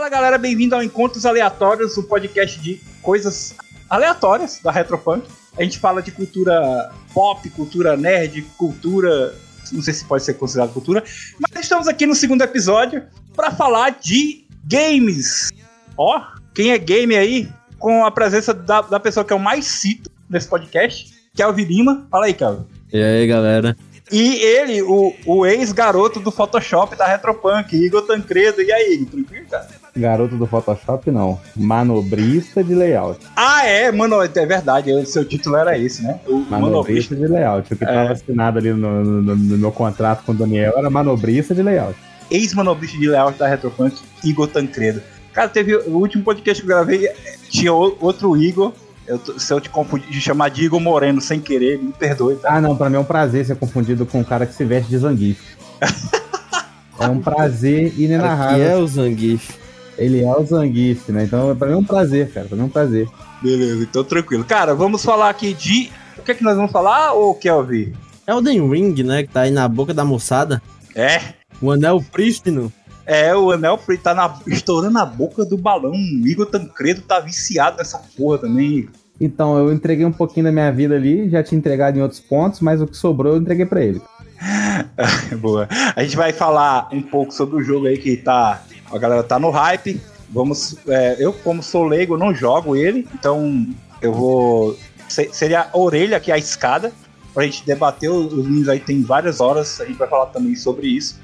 Fala galera, bem-vindo ao Encontros Aleatórios, o podcast de coisas aleatórias da Retropunk. A gente fala de cultura pop, cultura nerd, cultura... não sei se pode ser considerado cultura, mas estamos aqui no segundo episódio para falar de games. Ó, quem é game aí, com a presença da pessoa que eu mais cito nesse podcast, Kelvin Lima. Fala aí, Kelvin. E aí, galera? E ele, o ex-garoto do Photoshop da Retropunk, Igor Tancredo. E aí, Igor, tranquilo, cara? Garoto do Photoshop, não. Manobrista de layout. Ah, é, mano, é verdade. O seu título era esse, né? O manobrista de layout. O que estava assinado ali no meu contrato com o Daniel era manobrista de layout. Ex-manobrista de layout da Retropunk, Igor Tancredo. Cara, teve o último podcast que eu gravei, tinha outro Igor. Se eu te confundir de chamar de Igor Moreno sem querer, me perdoe, tá? Ah, não, pra mim é um prazer ser confundido com um cara que se veste de Zangief. É um prazer inenarrável. Ele é o Zangief. Ele é o Zangief, né? Então, pra mim é um prazer, cara. Pra mim é um prazer. Beleza, então tranquilo. Cara, vamos falar aqui de... O que é que nós vamos falar, ô Kelvin? Elden Ring, né? Que tá aí na boca da moçada. É. O anel prístino. É, o anel tá estourando a boca do balão. O Igor Tancredo tá viciado nessa porra também. Então, eu entreguei um pouquinho da minha vida ali, já tinha entregado em outros pontos, mas o que sobrou eu entreguei pra ele. Boa. A gente vai falar um pouco sobre o jogo aí que tá... A galera tá no hype. Vamos... eu, como sou leigo, não jogo ele. Então, eu vou... Seria a orelha aqui, a escada, pra gente debater. Os meninos aí tem várias horas. A gente vai falar também sobre isso.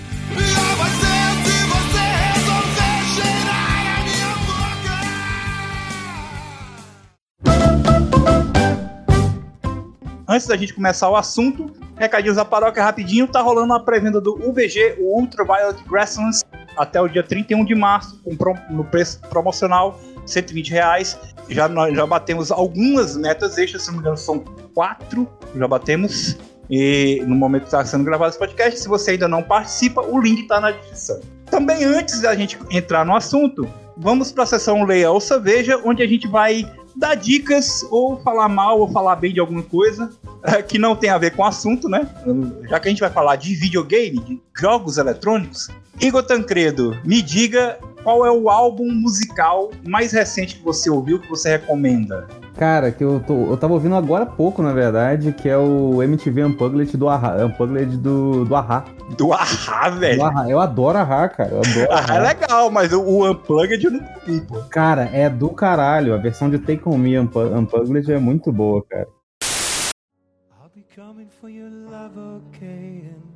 Antes da gente começar o assunto, recadinhos da paróquia rapidinho, tá rolando a pré-venda do UVG, o Ultraviolet Grasslands, até o dia 31 de março, no preço promocional, R$120. Nós já batemos algumas metas extras, se não me engano são 4, já batemos, e no momento que está sendo gravado esse podcast, se você ainda não participa, o link está na descrição. Também antes da gente entrar no assunto, vamos para a sessão Leia ou Veja, onde a gente vai dar dicas, ou falar mal, ou falar bem de alguma coisa, que não tem a ver com o assunto, né? Já que a gente vai falar de videogame, de jogos eletrônicos, Igor Tancredo, me diga qual é o álbum musical mais recente que você ouviu, que você recomenda? Cara, que eu tava ouvindo agora há pouco, na verdade, que é o MTV Unplugged do A-ha. Unplugged do A-ha. Do A-ha, velho? Do A-ha. Eu adoro A-ha, cara. Eu adoro A-ha é legal, mas o Unplugged eu não vi, pô. Cara, é do caralho. A versão de Take On Me Unplugged é muito boa, cara. I'll be coming for your love, okay, and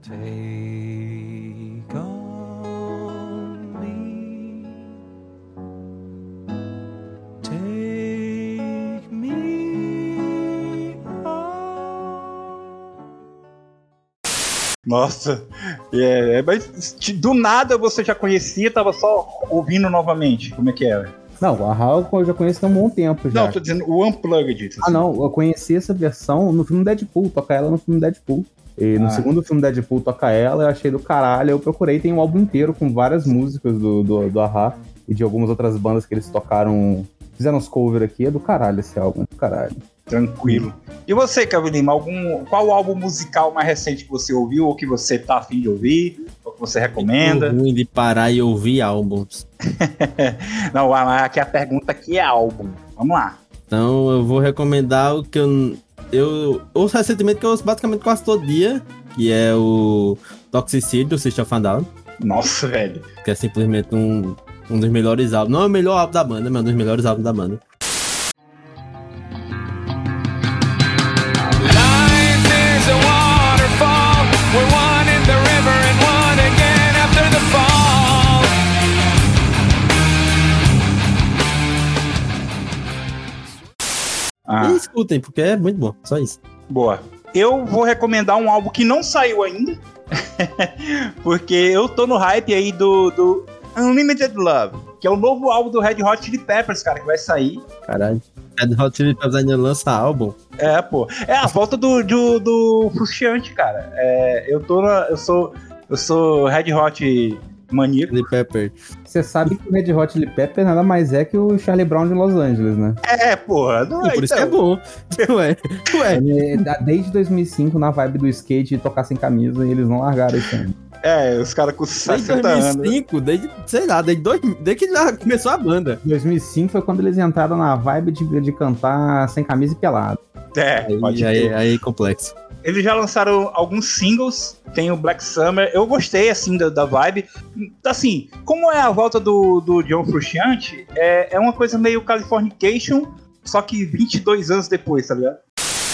take on me. Take me on. Nossa, mas do nada você já conhecia, tava só ouvindo novamente, como é que era? Não, a HAL eu já conheço há um bom tempo já. Não, tô dizendo o Unplugged. Assim. Ah, não, eu conheci essa versão no filme Deadpool, toca ela no filme Deadpool. E no segundo filme Deadpool toca ela, eu achei do caralho, eu procurei, tem um álbum inteiro com várias músicas do A-ha e de algumas outras bandas que eles tocaram, fizeram os covers aqui, é do caralho esse álbum, é do caralho. Tranquilo. E você, Kelvin Lima, qual álbum musical mais recente que você ouviu, ou que você tá afim de ouvir, ou que você recomenda? É ruim de parar e ouvir álbuns. Não, aqui a pergunta aqui é álbum. Vamos lá. Então eu vou recomendar o que eu ouço recentemente, que eu ouço basicamente quase todo dia, que é o Toxicity, do System of a Down. Nossa, velho. Que é simplesmente um dos melhores álbuns. Não é o melhor álbum da banda, mas um dos melhores álbuns da banda. E escutem, porque é muito bom, só isso. Boa. Eu vou recomendar um álbum que não saiu ainda, porque eu tô no hype aí do Unlimited Love, que é o novo álbum do Red Hot Chili Peppers, cara, que vai sair. Caralho. Red Hot Chili Peppers ainda lança álbum? É, pô. É a volta do Frusciante, cara. Eu sou Red Hot maníaco. Chili Pepper. Você sabe que o Red Hot Chili Pepper nada mais é que o Charlie Brown de Los Angeles, né? É, porra. Não e por isso que é bom. Ué. Desde 2005, na vibe do skate e tocar sem camisa, e eles não largaram isso ainda. Os caras com Desde 60 anos. 2005, desde que já começou a banda. 2005 foi quando eles entraram na vibe de cantar sem camisa e pelado. Pode ter. Aí complexo. Eles já lançaram alguns singles, tem o Black Summer, eu gostei, assim, da vibe. Assim, como é a volta do John Frusciante, é uma coisa meio Californication, só que 22 anos depois, tá ligado?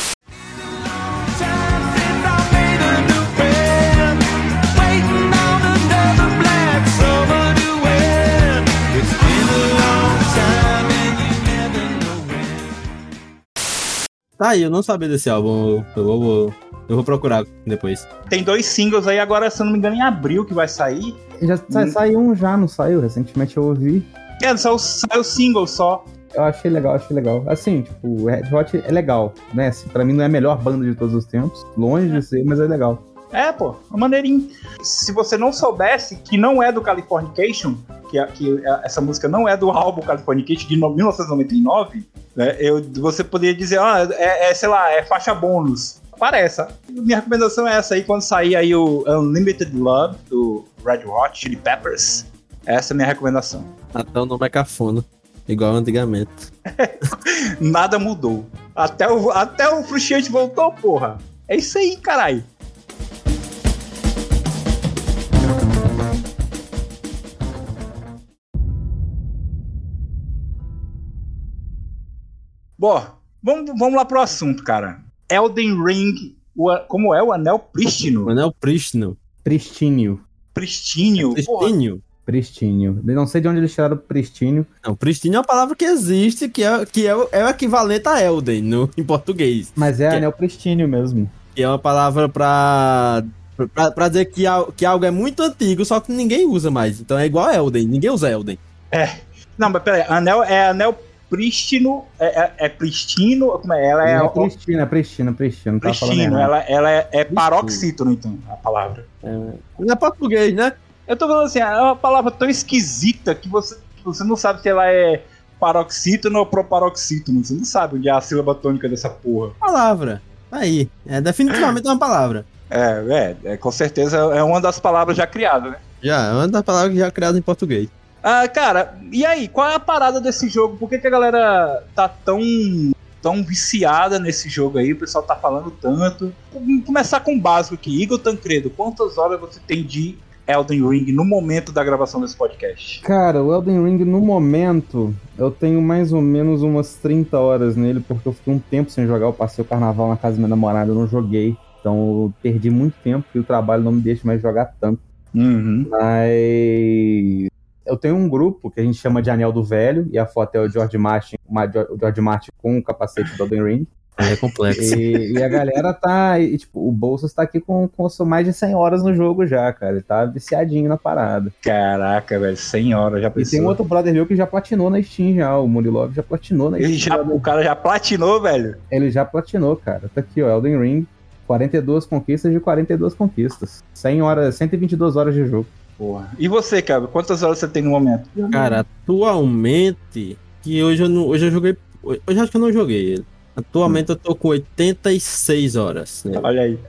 Tá aí, eu não sabia desse álbum, eu vou procurar depois. Tem 2 singles aí, agora, se eu não me engano, em abril que vai sair. Já saiu um já, não saiu? Recentemente eu ouvi. Saiu single só. Eu achei legal. Assim, tipo, o Red Hot é legal, né? Assim, pra mim não é a melhor banda de todos os tempos, longe de ser, mas é legal. Uma maneirinha. Se você não soubesse que não é do Californication, que essa música não é do álbum Californication de 1999, né, você poderia dizer, sei lá, é faixa bônus. Parece. Minha recomendação é essa aí, quando sair aí o Unlimited Love, do Red Hot Chili Peppers. Essa é a minha recomendação. Até o nome é cafona, igual antigamente. Nada mudou. Até o Frusciante voltou, porra. É isso aí, caralho. Bom, vamos lá pro assunto, cara. Elden Ring, como é o Anel Prístino? O Anel Prístino. Pristínio. Pristinho? Pristinho? Pristínio. Não sei de onde eles tiraram pristínio. Não, Pristinho é uma palavra que existe, que é o equivalente a Elden em português. Mas é Anel Pristínio mesmo. Que é uma palavra pra dizer que algo é muito antigo, só que ninguém usa mais. Então é igual a Elden, ninguém usa Elden. Não, mas peraí, Anel Prístino, pristino, como é? Ela é Pristino. Pristino, ela é paroxítono, então, a palavra. Não é português, né? Eu tô falando assim, é uma palavra tão esquisita que você não sabe se ela é paroxítono ou proparoxítono, você não sabe onde é a sílaba tônica dessa porra. Palavra, aí, definitivamente uma palavra. Com certeza é uma das palavras já criadas, né? É uma das palavras já criadas em português. Cara, e aí, qual é a parada desse jogo? Por que a galera tá tão viciada nesse jogo aí? O pessoal tá falando tanto. Vamos começar com o básico aqui. Igor Tancredo, quantas horas você tem de Elden Ring no momento da gravação desse podcast? Cara, o Elden Ring no momento, eu tenho mais ou menos umas 30 horas nele, porque eu fiquei um tempo sem jogar. Eu passei o carnaval na casa da minha namorada, eu não joguei. Então eu perdi muito tempo, porque o trabalho não me deixa mais jogar tanto. Uhum. Mas eu tenho um grupo que a gente chama de Anel do Velho, e a foto é o George Martin com o capacete do Elden Ring. É complexo. E a galera tá... tipo, o Bolsas tá aqui com mais de 100 horas no jogo já, cara. Ele tá viciadinho na parada. Caraca, velho, 100 horas já pensou. E tem um outro brother meu que já platinou na Steam já. O Murilov já platinou na Steam. O cara já platinou, velho? Ele já platinou, cara. Tá aqui, ó, Elden Ring. 42 conquistas de 42 conquistas. 122 horas de jogo. Porra. E você, cara? Quantas horas você tem no momento? Cara, atualmente, que hoje eu joguei... Hoje acho que eu não joguei ele. Atualmente eu tô com 86 horas. Né? Olha aí.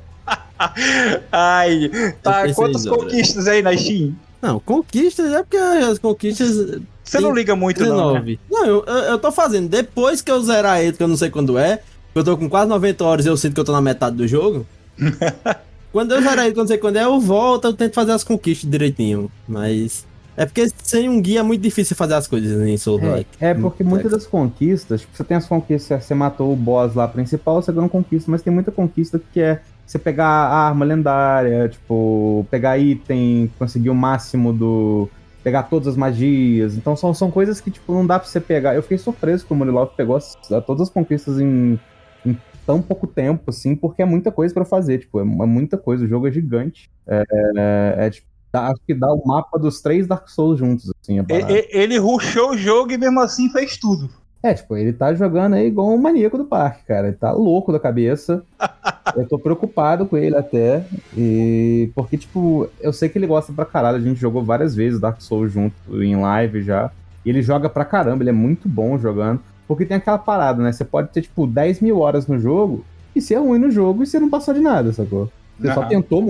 Ai, tá, quantas conquistas aí na Steam? Não, conquistas é porque as conquistas... Você não liga muito 19. Não, né? Não, eu tô fazendo. Depois que eu zerar ele, que eu não sei quando é, eu tô com quase 90 horas e eu sinto que eu tô na metade do jogo. Quando eu zerar ele, que eu não sei quando é, eu volto, eu tento fazer as conquistas direitinho. Mas... é porque sem um guia é muito difícil fazer as coisas em Souls-like. Porque muitas das conquistas, tipo, você tem as conquistas, você matou o boss lá principal, você ganha uma conquista, mas tem muita conquista que é você pegar a arma lendária, tipo, pegar item, conseguir o máximo do... pegar todas as magias. Então são coisas que, tipo, não dá pra você pegar. Eu fiquei surpreso que o Murilov pegou todas as conquistas em tão pouco tempo, assim, porque é muita coisa pra fazer, tipo, é muita coisa, o jogo é gigante. Tipo, acho que dá o mapa dos 3 Dark Souls juntos, assim, a parada. Ele rushou o jogo e mesmo assim fez tudo. Tipo, ele tá jogando aí igual um maníaco do parque, cara. Ele tá louco da cabeça. Eu tô preocupado com ele até. Porque, tipo, eu sei que ele gosta pra caralho. A gente jogou várias vezes Dark Souls junto em live já. E ele joga pra caramba, ele é muito bom jogando. Porque tem aquela parada, né? Você pode ter, tipo, 10 mil horas no jogo e ser ruim no jogo e você não passou de nada, sacou? Você só tentou muito.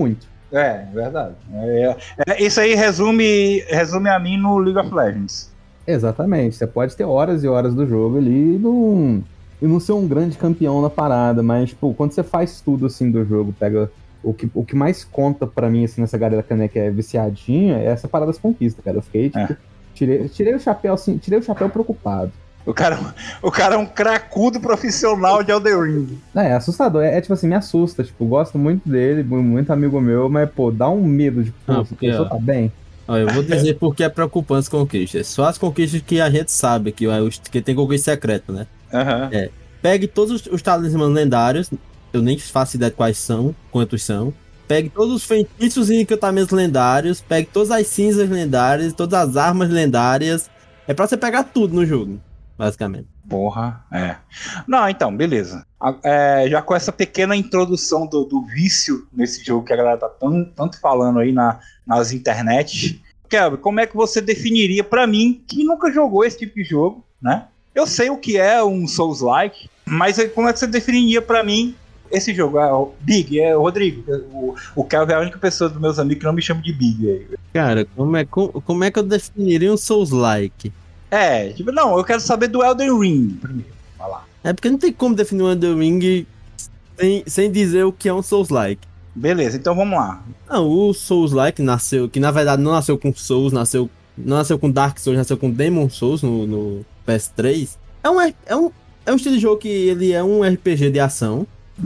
É, verdade. Isso aí resume a mim no League of Legends. Exatamente. Você pode ter horas e horas do jogo ali e não ser um grande campeão na parada, mas, tipo, quando você faz tudo, assim, do jogo, pega... O que mais conta pra mim, assim, nessa galera que é viciadinha, é essa parada das conquistas, cara. Eu fiquei, tipo... Tirei o chapéu, assim, preocupado. O cara é um cracudo profissional de Elden Ring. É assustador. Tipo assim, me assusta. Tipo, gosto muito dele, muito amigo meu, mas, pô, dá um medo de, pô, se a pessoa tá bem. Ó, eu vou dizer porque é preocupante as conquistas. Só as conquistas que a gente sabe, que tem conquista secreta, né? Uhum. Pegue todos os talismãs lendários, eu nem faço ideia de quantos são. Pegue todos os feitiços e encantamentos lendários, pegue todas as cinzas lendárias, todas as armas lendárias. É pra você pegar tudo no jogo, basicamente. Porra, Não, então, beleza. Já com essa pequena introdução do vício nesse jogo que a galera tá tanto falando aí nas internet, Kelvin, como é que você definiria pra mim, que nunca jogou esse tipo de jogo, né? Eu sei o que é um Souls-like, mas como é que você definiria pra mim esse jogo? O Big, o Rodrigo. O Kelvin é a única pessoa dos meus amigos que não me chama de Big aí. Cara, como é que eu definiria um Souls-like? Não, eu quero saber do Elden Ring primeiro. Vai lá. É porque não tem como definir um Elden Ring sem dizer o que é um Souls-like. Beleza, então vamos lá. Não, o Souls-like que na verdade não nasceu com Souls, não nasceu com Dark Souls, nasceu com Demon Souls no PS3. É um estilo de jogo que ele é um RPG de ação,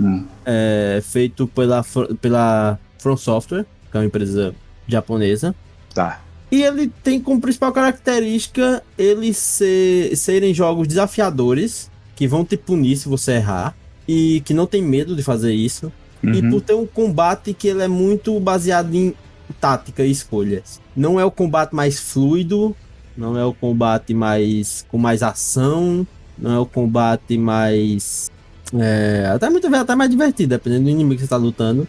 feito pela From Software, que é uma empresa japonesa. Tá. E ele tem como principal característica eles serem jogos desafiadores, que vão te punir se você errar, e que não tem medo de fazer isso. E por ter um combate que ele é muito baseado em tática e escolhas. Não é o combate mais fluido, não é o combate com mais ação, não é o combate mais... até mais divertido, dependendo do inimigo que você está lutando.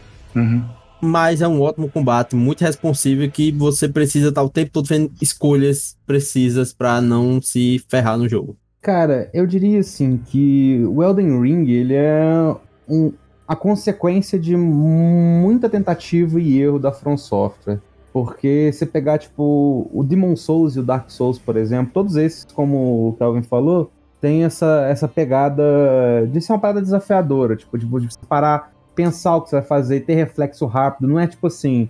Mas é um ótimo combate, muito responsível, que você precisa estar o tempo todo fazendo escolhas precisas para não se ferrar no jogo. Cara, eu diria assim que o Elden Ring, ele é a consequência de muita tentativa e erro da From Software. Porque você pegar, tipo, o Demon Souls e o Dark Souls, por exemplo, todos esses, como o Kelvin falou, tem essa pegada de ser uma parada desafiadora, tipo, de você parar, pensar o que você vai fazer, ter reflexo rápido. Não é tipo assim,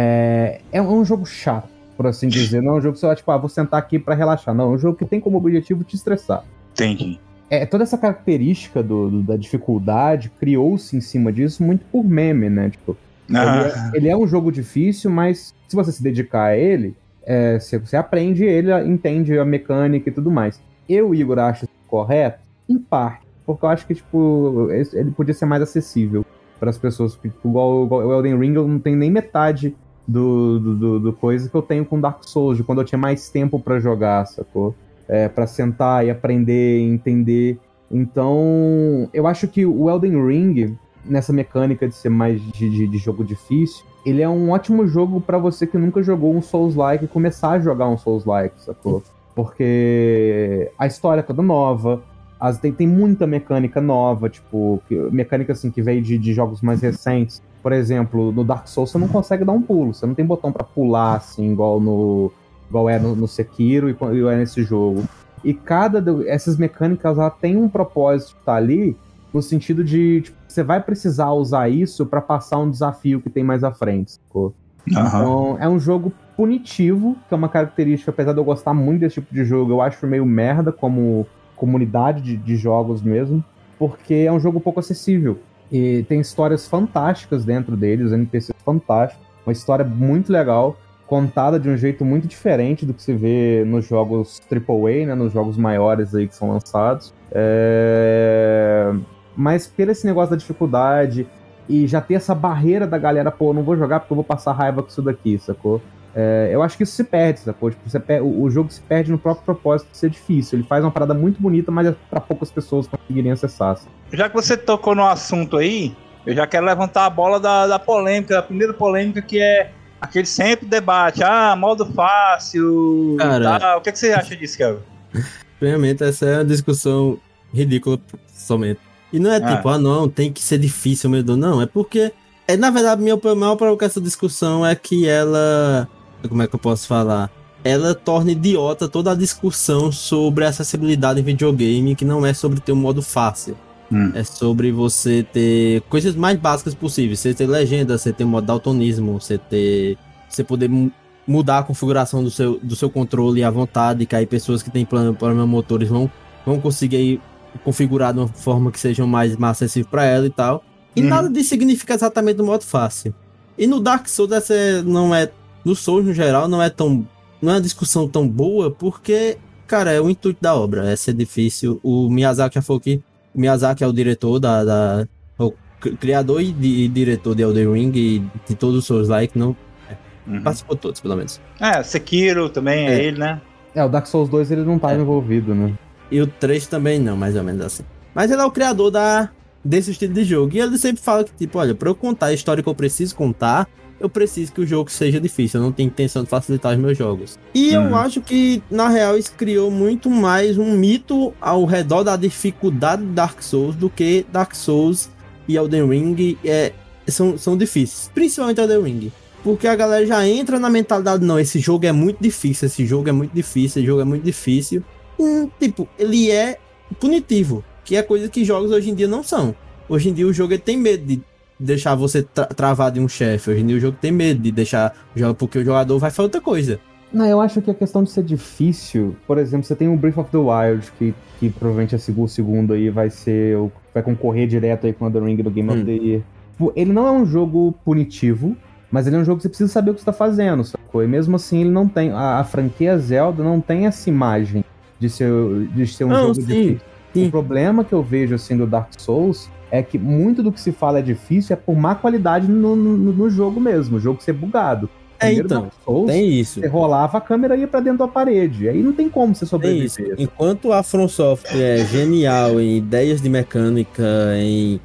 é um jogo chato, por assim dizer. Não é um jogo que você vai, tipo, vou sentar aqui pra relaxar. Não, é um jogo que tem como objetivo te estressar. Entendi. Toda essa característica da dificuldade criou-se em cima disso muito por meme, né? Tipo, ele é um jogo difícil, mas se você se dedicar a ele, você aprende ele, entende a mecânica e tudo mais. Eu, Igor, acho isso correto, em parte, porque eu acho que, tipo, ele podia ser mais acessível para as pessoas. Tipo, igual o Elden Ring, eu não tenho nem metade do coisa que eu tenho com Dark Souls, de quando eu tinha mais tempo para jogar, sacou? Pra sentar e aprender, entender. Então, eu acho que o Elden Ring, nessa mecânica de ser mais de jogo difícil, ele é um ótimo jogo pra você que nunca jogou um Souls-like começar a jogar um Souls-like, sacou? Porque a história é toda nova, tem muita mecânica nova, tipo, mecânica assim que veio de jogos mais recentes. Por exemplo, no Dark Souls você não consegue dar um pulo, você não tem botão pra pular, assim, igual é no Sekiro e é nesse jogo. E essas mecânicas, ela tem um propósito de estar ali, no sentido de, tipo, você vai precisar usar isso pra passar um desafio que tem mais à frente, sacou? Então, é um jogo punitivo, que é uma característica, apesar de eu gostar muito desse tipo de jogo, eu acho meio merda como comunidade de jogos mesmo, porque é um jogo pouco acessível. E tem histórias fantásticas dentro dele, os NPCs fantásticos, uma história muito legal, contada de um jeito muito diferente do que se vê nos jogos AAA, né, nos jogos maiores aí que são lançados. Mas pelo esse negócio da dificuldade e já ter essa barreira da galera, pô, não vou jogar porque eu vou passar raiva com isso daqui, sacou? Eu acho que isso se perde, sacou? Tipo, o jogo se perde no próprio propósito de ser difícil. Ele faz uma parada muito bonita, mas é pra poucas pessoas conseguirem acessar. Já que você tocou no assunto aí, eu já quero levantar a bola da polêmica, da primeira polêmica, que é aquele sempre debate, modo fácil, cara, o que você acha disso, Kelvin? Realmente, essa é uma discussão ridícula somente. E não é tipo, não, tem que ser difícil, meu Deus. Não, é porque Na verdade, minha maior problema com essa discussão é que ela... Como é que eu posso falar? Ela torna idiota toda a discussão sobre acessibilidade em videogame, que não é sobre ter um modo fácil. É sobre você ter coisas mais básicas possíveis. Você ter legenda, você ter modo daltonismo, você poder mudar a configuração do seu controle à vontade, que aí pessoas que têm problemas motores vão conseguir configurar de uma forma que seja mais acessível para ela e tal. E nada disso significa exatamente no modo fácil. E no Dark Souls no Souls no geral não é uma discussão tão boa, porque, cara, é o intuito da obra, é ser difícil. O Miyazaki já falou que o Miyazaki é o diretor o criador e diretor de Elden Ring e de todos os Souls-like, não participou de todos, pelo menos. Sekiro também é ele, né? O Dark Souls 2 ele não tá envolvido, né? E o 3 também não, mais ou menos assim. Mas ele é o criador desse estilo de jogo. E ele sempre fala que, tipo, olha, pra eu contar a história que eu preciso contar, eu preciso que o jogo seja difícil. Eu não tenho intenção de facilitar os meus jogos. E eu acho que, na real, isso criou muito mais um mito ao redor da dificuldade de Dark Souls do que Dark Souls e Elden Ring são difíceis. Principalmente Elden Ring. Porque a galera já entra na mentalidade, não, esse jogo é muito difícil, esse jogo é muito difícil. Tipo, ele é punitivo, que é coisa que jogos hoje em dia não são. Hoje em dia o jogo tem medo de deixar você travado em um chefe. Hoje em dia o jogo tem medo de deixar o jogo, porque o jogador vai fazer outra coisa. Não, eu acho que a questão de ser difícil, por exemplo, você tem o Breath of the Wild, que provavelmente o segundo aí vai concorrer direto aí com o Elden Ring do Game of the Year. Ele não é um jogo punitivo, mas ele é um jogo que você precisa saber o que você tá fazendo, sacou? E mesmo assim ele não tem, a franquia Zelda não tem essa imagem de ser um jogo difícil. Sim. O problema que eu vejo assim do Dark Souls é que muito do que se fala é difícil é por má qualidade no jogo mesmo, o jogo ser bugado. Então, Dark Souls, tem isso. Você rolava a câmera e ia pra dentro da parede, aí não tem como você sobreviver. Enquanto a From Software é genial em ideias de mecânica, em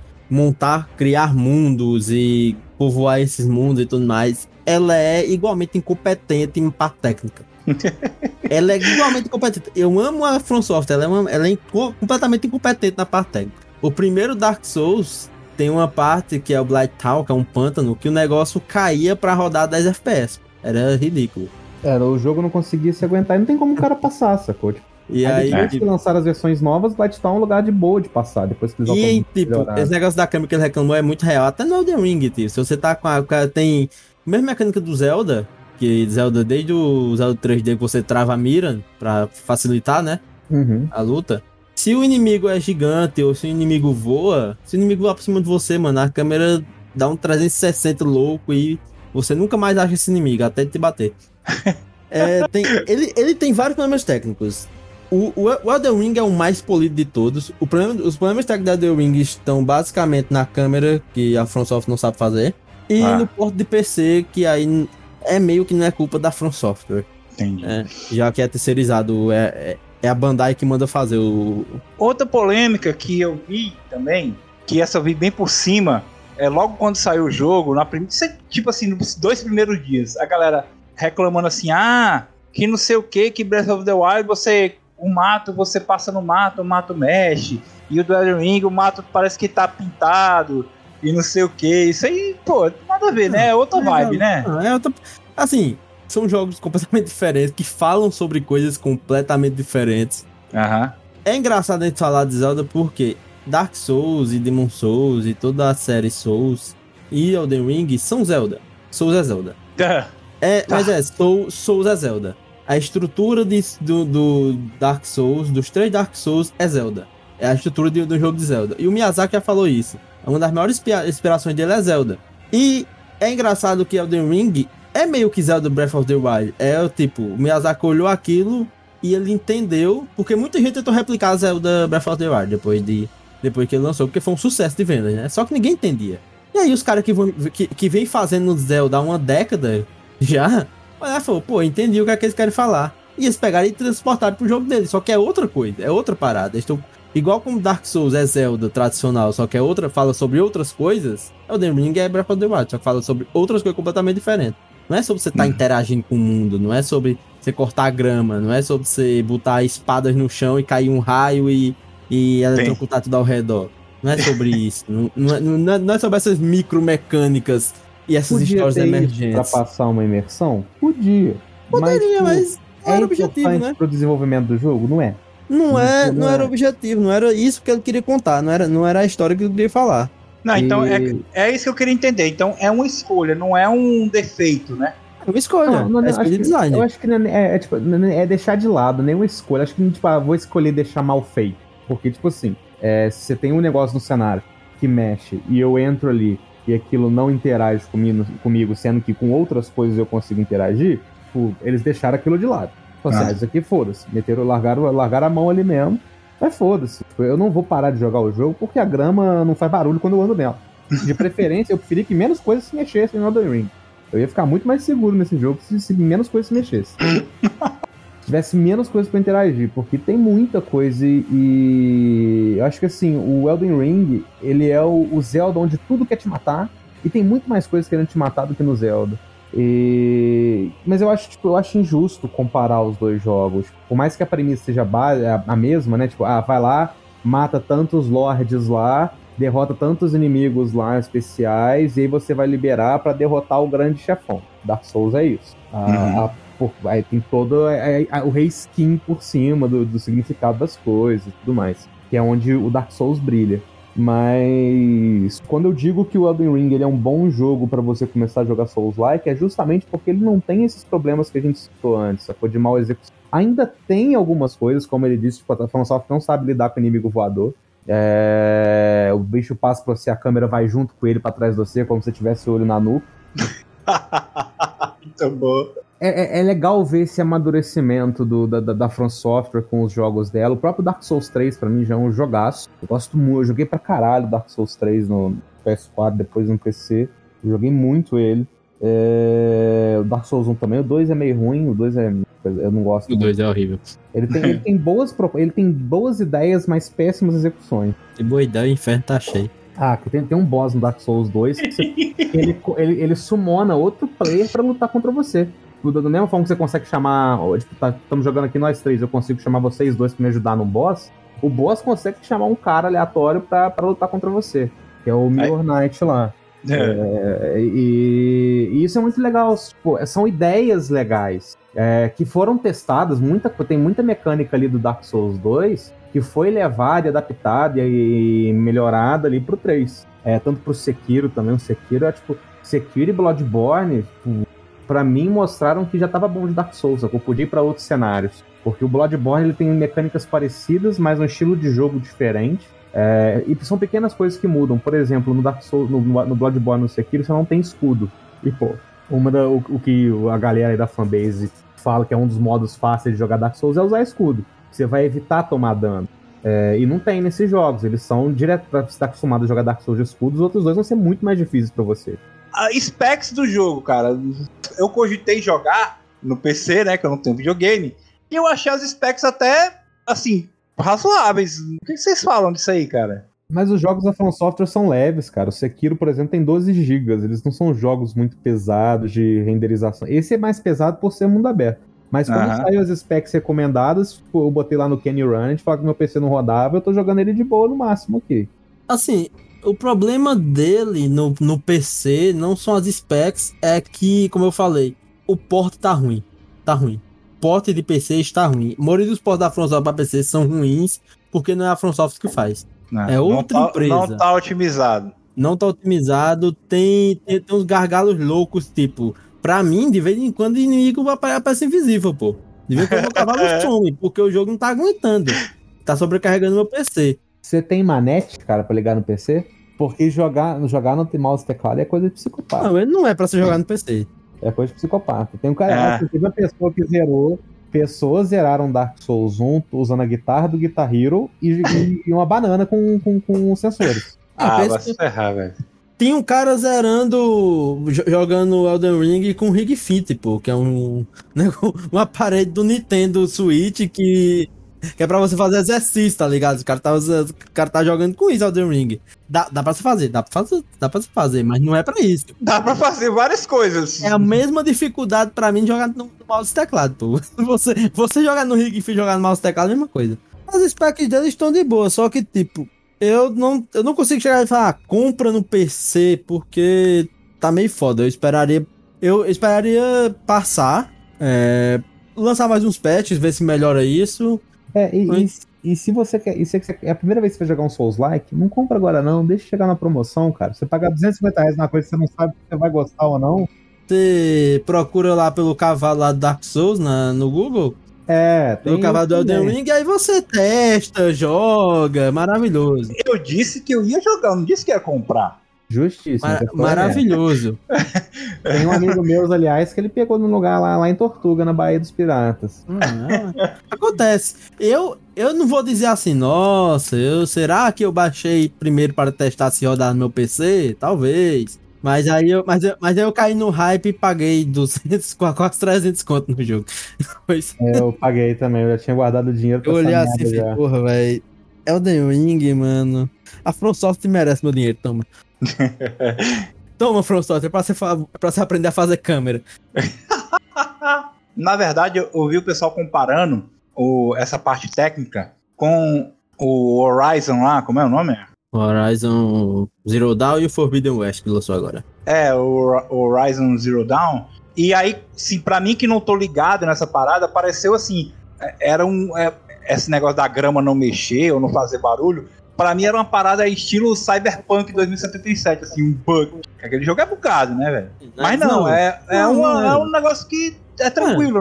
criar mundos e povoar esses mundos e tudo mais, ela é igualmente incompetente em parte técnica. Ela é igualmente incompetente. Eu amo a From Software, ela é completamente incompetente na parte técnica. O primeiro Dark Souls tem uma parte que é o Blight Town, que é um pântano, que o negócio caía pra rodar 10 FPS. Era ridículo. O jogo não conseguia se aguentar e não tem como o cara passar, sacou? E aí depois que lançaram as versões novas, Blight Town é um lugar de boa de passar, depois que eles esse negócio da câmera que ele reclamou é muito real, até no Elden Ring, tipo, se você tá com tem a mesma mecânica do Zelda, que Zelda, desde o Zelda 3D, que você trava a mira pra facilitar, né, a luta. Se o inimigo é gigante ou se o inimigo voa, se o inimigo voa por cima de você, mano, a câmera dá um 360 louco e você nunca mais acha esse inimigo, até te bater. Ele tem vários problemas técnicos. O Elden Ring é o mais polido de todos. Os problemas técnicos do Elden Ring estão basicamente na câmera, que a From Software não sabe fazer, e no porto de PC, que aí é meio que não é culpa da From Software. Entendi. Já que é terceirizado, é a Bandai que manda fazer o... Outra polêmica que eu vi também, que essa eu vi bem por cima, logo quando saiu o jogo, tipo assim, nos 2 primeiros dias, a galera reclamando assim, que não sei o que Breath of the Wild, você passa no mato, o mato mexe, e o do Elden Ring, o mato parece que tá pintado, e não sei o que, isso aí, pô, nada a ver, né? É outra vibe, né? Assim, são jogos completamente diferentes, que falam sobre coisas completamente diferentes. É engraçado a gente falar de Zelda porque Dark Souls e Demon Souls e toda a série Souls e Elden Ring são Zelda. Souls é Zelda. Mas Souls é Zelda. A estrutura do Dark Souls, dos 3 Dark Souls, é Zelda. É a estrutura do jogo de Zelda. E o Miyazaki já falou isso. Uma das maiores inspirações dele é Zelda. E é engraçado que Elden Ring é meio que Zelda Breath of the Wild. O Miyazaki olhou aquilo e ele entendeu, porque muita gente tentou replicar Zelda Breath of the Wild depois que ele lançou, porque foi um sucesso de vendas, né? Só que ninguém entendia. E aí os caras que vem fazendo Zelda há uma década já, falou, pô, entendi o que é que eles querem falar. E eles pegaram e transportaram pro jogo deles, só que é outra coisa, é outra parada. Igual como Dark Souls é Zelda tradicional, só que fala sobre outras coisas, Elden Ring é Breath of the Wild, só que fala sobre outras coisas completamente diferentes. Não é sobre você estar interagindo com o mundo, não é sobre você cortar a grama, não é sobre você botar espadas no chão e cair um raio e eletrocutar tudo ao redor. Não é sobre isso. Não é sobre essas micromecânicas e essas Podia histórias ter isso emergentes. pra passar uma imersão? Podia. Poderia, mas não era objetivo, importante né? pro desenvolvimento do jogo? Não é. Não era é. objetivo, não era isso que ele queria contar, não era a história que ele queria falar. Não, então é isso que eu queria entender. Então é uma escolha, não é um defeito, né? É uma escolha, é escolha de design. Eu acho que tipo, é deixar de lado, nenhuma escolha. Acho que, tipo, vou escolher deixar mal feito. Porque, tipo assim, se você tem um negócio no cenário que mexe e eu entro ali e aquilo não interage comigo, sendo que com outras coisas eu consigo interagir, tipo, eles deixaram aquilo de lado. Tipo assim, isso aqui foda-se. Largaram a mão ali mesmo, mas foda-se. Tipo, eu não vou parar de jogar o jogo porque a grama não faz barulho quando eu ando nela. De preferência, eu preferia que menos coisas se mexessem no Elden Ring. Eu ia ficar muito mais seguro nesse jogo se menos coisas se mexessem. Se tivesse menos coisas pra interagir, porque tem muita coisa e eu acho que assim, o Elden Ring, ele é o Zelda onde tudo quer te matar e tem muito mais coisas querendo te matar do que no Zelda. Mas eu acho injusto comparar os dois jogos. Por mais que a premissa seja a mesma, né? Tipo, vai lá, mata tantos lords lá, derrota tantos inimigos lá especiais, e aí você vai liberar pra derrotar o grande chefão. Dark Souls é isso. Aí tem todo o reskin por cima do significado das coisas e tudo mais. Que é onde o Dark Souls brilha. Mas quando eu digo que o Elden Ring ele é um bom jogo pra você começar a jogar Souls-like, é justamente porque ele não tem esses problemas que a gente citou antes, sacou? De mal execução. Ainda tem algumas coisas, como ele disse, tipo, a FromSoft não sabe lidar com o inimigo voador. O bicho passa pra você, a câmera vai junto com ele pra trás de você, como se você tivesse o olho na nuca. Muito bom. É legal ver esse amadurecimento da From Software com os jogos dela. O próprio Dark Souls 3, pra mim, já é um jogaço. Eu gosto muito, eu joguei pra caralho Dark Souls 3 no PS4, depois no PC. Eu joguei muito ele. O Dark Souls 1 também, o 2 é meio ruim, o 2 eu não gosto muito. O 2 é horrível. Ele tem boas ideias, mas péssimas execuções. Tem boa ideia, o inferno tá cheio. Tem um boss no Dark Souls 2 que ele summona outro player pra lutar contra você. Da mesma forma que você consegue chamar... Tipo, estamos jogando aqui nós três, eu consigo chamar vocês dois pra me ajudar no boss. O boss consegue chamar um cara aleatório pra lutar contra você. Que é o Mirror Knight lá. E isso é muito legal. Tipo, são ideias legais que foram testadas. Tem muita mecânica ali do Dark Souls 2 que foi levada e adaptada e melhorada ali pro 3. Tanto pro Sekiro também. O Sekiro Sekiro e Bloodborne, pra mim, mostraram que já tava bom de Dark Souls. Eu podia ir pra outros cenários. Porque o Bloodborne ele tem mecânicas parecidas, mas um estilo de jogo diferente. E são pequenas coisas que mudam. Por exemplo, no Dark Souls, no Bloodborne, no Sekiro, você não tem escudo. E, o que a galera aí da fanbase fala que é um dos modos fáceis de jogar Dark Souls é usar escudo. Você vai evitar tomar dano. E não tem nesses jogos. Eles são direto pra você estar acostumado a jogar Dark Souls de escudo. Os outros dois vão ser muito mais difíceis pra você. Specs do jogo, cara. Eu cogitei jogar no PC, né? Que eu não tenho videogame. E eu achei as specs até, assim, razoáveis. O que vocês falam disso aí, cara? Mas os jogos da From Software são leves, cara. O Sekiro, por exemplo, tem 12 GB. Eles não são jogos muito pesados de renderização. Esse é mais pesado por ser mundo aberto. Mas quando saiu as specs recomendadas, eu botei lá no Can You Run, falar que meu PC não rodava, eu tô jogando ele de boa no máximo aqui. Assim, o problema dele no PC não são as specs, é que, como eu falei, o port tá ruim. Tá ruim. O port de PC está ruim. A maioria dos ports da From Software pra PC são ruins, porque não é a From Software que faz. É outra empresa. Não tá otimizado. Não tá otimizado, tem uns gargalos loucos, tipo... Pra mim, de vez em quando, o inimigo aparece invisível, pô. De vez em quando o meu cavalo some, porque o jogo não tá aguentando. Tá sobrecarregando meu PC. Você tem manete, cara, pra ligar no PC? Porque jogar no mouse e teclado é coisa de psicopata. Não, ele não é pra se jogar no PC. É coisa de psicopata. Tem um cara, teve uma pessoa que zerou. Pessoas zeraram Dark Souls 1 usando a guitarra do Guitar Hero e uma banana com sensores. Vai se ferrar, velho. Tem um cara jogando Elden Ring com Ring Fit, pô, que é um aparelho do Nintendo Switch que é pra você fazer exercício, tá ligado? O cara tá jogando com isso, Elden Ring. Dá pra se fazer, dá pra se fazer, mas não é pra isso. Dá pra fazer várias coisas. É a mesma dificuldade pra mim de jogar no mouse e teclado, pô. Você jogar no Ring Fit e jogar no mouse e teclado é a mesma coisa. As specs deles estão de boa, só que, tipo, Eu não consigo chegar e falar, compra no PC, porque tá meio foda. Eu esperaria passar, lançar mais uns patches, ver se melhora isso. E se você quer. E se é a primeira vez que você vai jogar um Souls-like, não compra agora não, deixa chegar na promoção, cara. Você pagar R$250 na coisa que você não sabe se você vai gostar ou não. Você procura lá pelo cavalo lá do Dark Souls no Google, tem pelo cavalo do Elden Ring, aí você testa, joga, maravilhoso. Eu disse que eu ia jogar, eu não disse que ia comprar. Justíssimo. Maravilhoso. Tem um amigo meu, aliás, que ele pegou num lugar lá em Tortuga, na Baía dos Piratas. Acontece. Eu não vou dizer assim, nossa, será que eu baixei primeiro para testar se rodar no meu PC? Talvez. Mas aí eu caí no hype e paguei 200, quase 300 conto no jogo. Eu paguei também, eu já tinha guardado o dinheiro pra eu olhei essa assim e merda falei, já. porra, velho. Elden Ring, mano. A From Software merece meu dinheiro, toma. Toma, From Software, pra você aprender a fazer câmera. Na verdade, eu ouvi o pessoal comparando essa parte técnica com o Horizon lá, como é o nome? Horizon Zero Dawn e o Forbidden West que lançou agora. O Horizon Zero Dawn. E aí, sim, pra mim que não tô ligado nessa parada, pareceu assim, esse negócio da grama não mexer ou não fazer barulho, pra mim era uma parada estilo Cyberpunk 2077, assim, um bug. Aquele jogo é bugado, né, velho? Mas não, é um negócio que é tranquilo,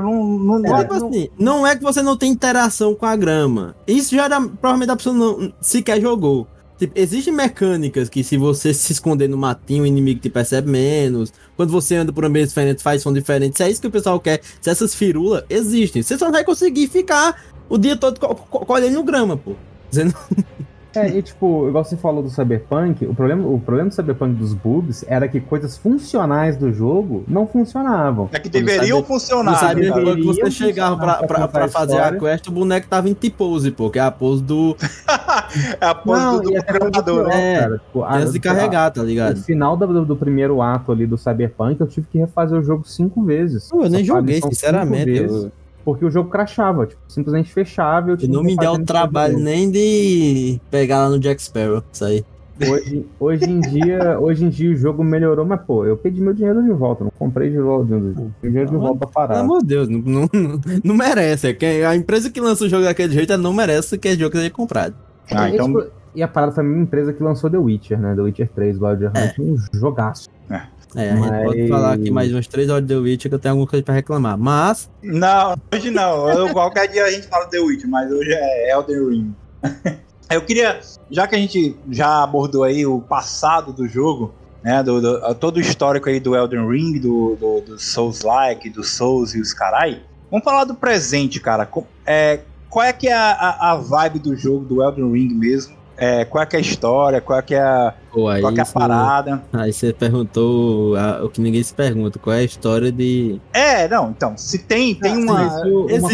não é que você não tem interação com a grama. Isso já era, provavelmente a pessoa não sequer jogou. Tipo, existem mecânicas que se você se esconder no matinho, o inimigo te percebe menos. Quando você anda por ambientes diferentes, faz som diferente. Se é isso que o pessoal quer, se essas firulas existem, você só não vai conseguir ficar o dia todo colhendo grama, pô. Você não... E tipo, igual você falou do Cyberpunk, o problema do Cyberpunk dos bugs era que coisas funcionais do jogo não funcionavam. É que deveriam funcionar. No Cyberpunk você chegava pra fazer a quest, o boneco tava em T-pose, pô, que é a pose do... é a pose do programador, né? Cara, tipo, antes de carregar, tá ligado? No final do primeiro ato ali do Cyberpunk, eu tive que refazer o jogo 5 vezes. Eu nem joguei, sinceramente. Porque o jogo crashava, tipo, simplesmente fechava. Eu não me deu o trabalho nem de pegar lá no Jack Sparrow, isso aí. Hoje em dia o jogo melhorou, mas pô, eu pedi meu dinheiro de volta, não comprei de volta. Dinheiro de volta parado. Pelo amor de Deus, não merece. A empresa que lança o jogo daquele jeito não merece que o jogo seja comprado. Então... E a parada foi a mesma empresa que lançou The Witcher, né? The Witcher 3, o Wild Hunt, um jogaço. A gente pode falar aqui mais umas 3 horas de The Witcher que eu tenho alguma coisa pra reclamar, mas... Não, hoje não. Qualquer dia a gente fala The Witcher, mas hoje é Elden Ring. Eu queria, já que a gente já abordou aí o passado do jogo, né, todo o histórico aí do Elden Ring, do Souls-like, do Souls e os carai, vamos falar do presente, cara. Qual é que é a vibe do jogo, do Elden Ring mesmo? Qual é que é a história, qual é que é a parada. Aí você perguntou o que ninguém se pergunta, qual é a história de... Então, se tem uma...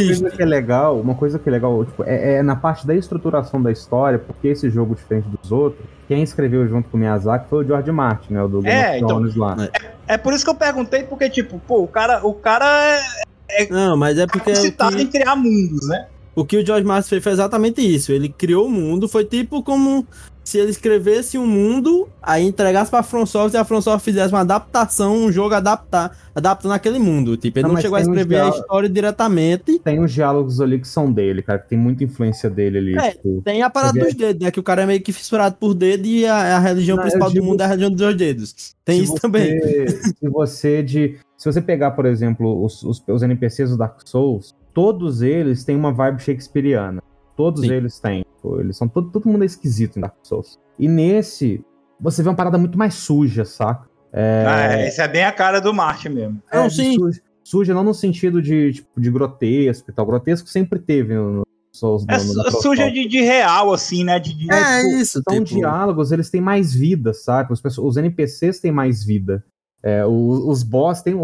Uma coisa que é legal, tipo, é na parte da estruturação da história, porque esse jogo, diferente dos outros, quem escreveu junto com o Miyazaki foi o George Martin, né, o do Game of Thrones lá. É por isso que eu perguntei, porque, tipo, pô, o cara não, mas é porque... capacitado em criar mundos, né? O que o George Martin fez foi exatamente isso. Ele criou o mundo, foi tipo como se ele escrevesse um mundo, aí entregasse pra From Software e a From Software fizesse uma adaptação, um jogo adaptando aquele mundo. Tipo, ele não chegou a escrever a história diretamente. Tem uns diálogos ali que são dele, cara, que tem muita influência dele ali. Tipo, tem a parada dos dedos, né? Que o cara é meio que fissurado por dedo e a religião principal do mundo é a religião dos dedos. Tem isso também. Se você pegar, por exemplo, os NPCs do Dark Souls, todos eles têm uma vibe shakespeariana. Todos eles têm. Pô, eles são todo mundo é esquisito em Dark Souls. E nesse, você vê uma parada muito mais suja, saca? Isso é bem a cara do Martin mesmo. Não, sim. Suja não no sentido de grotesco e tal. Grotesco sempre teve no Souls. Suja de real, assim, né? Isso. São diálogos, eles têm mais vida, saca? Os NPCs têm mais vida. Os boss tem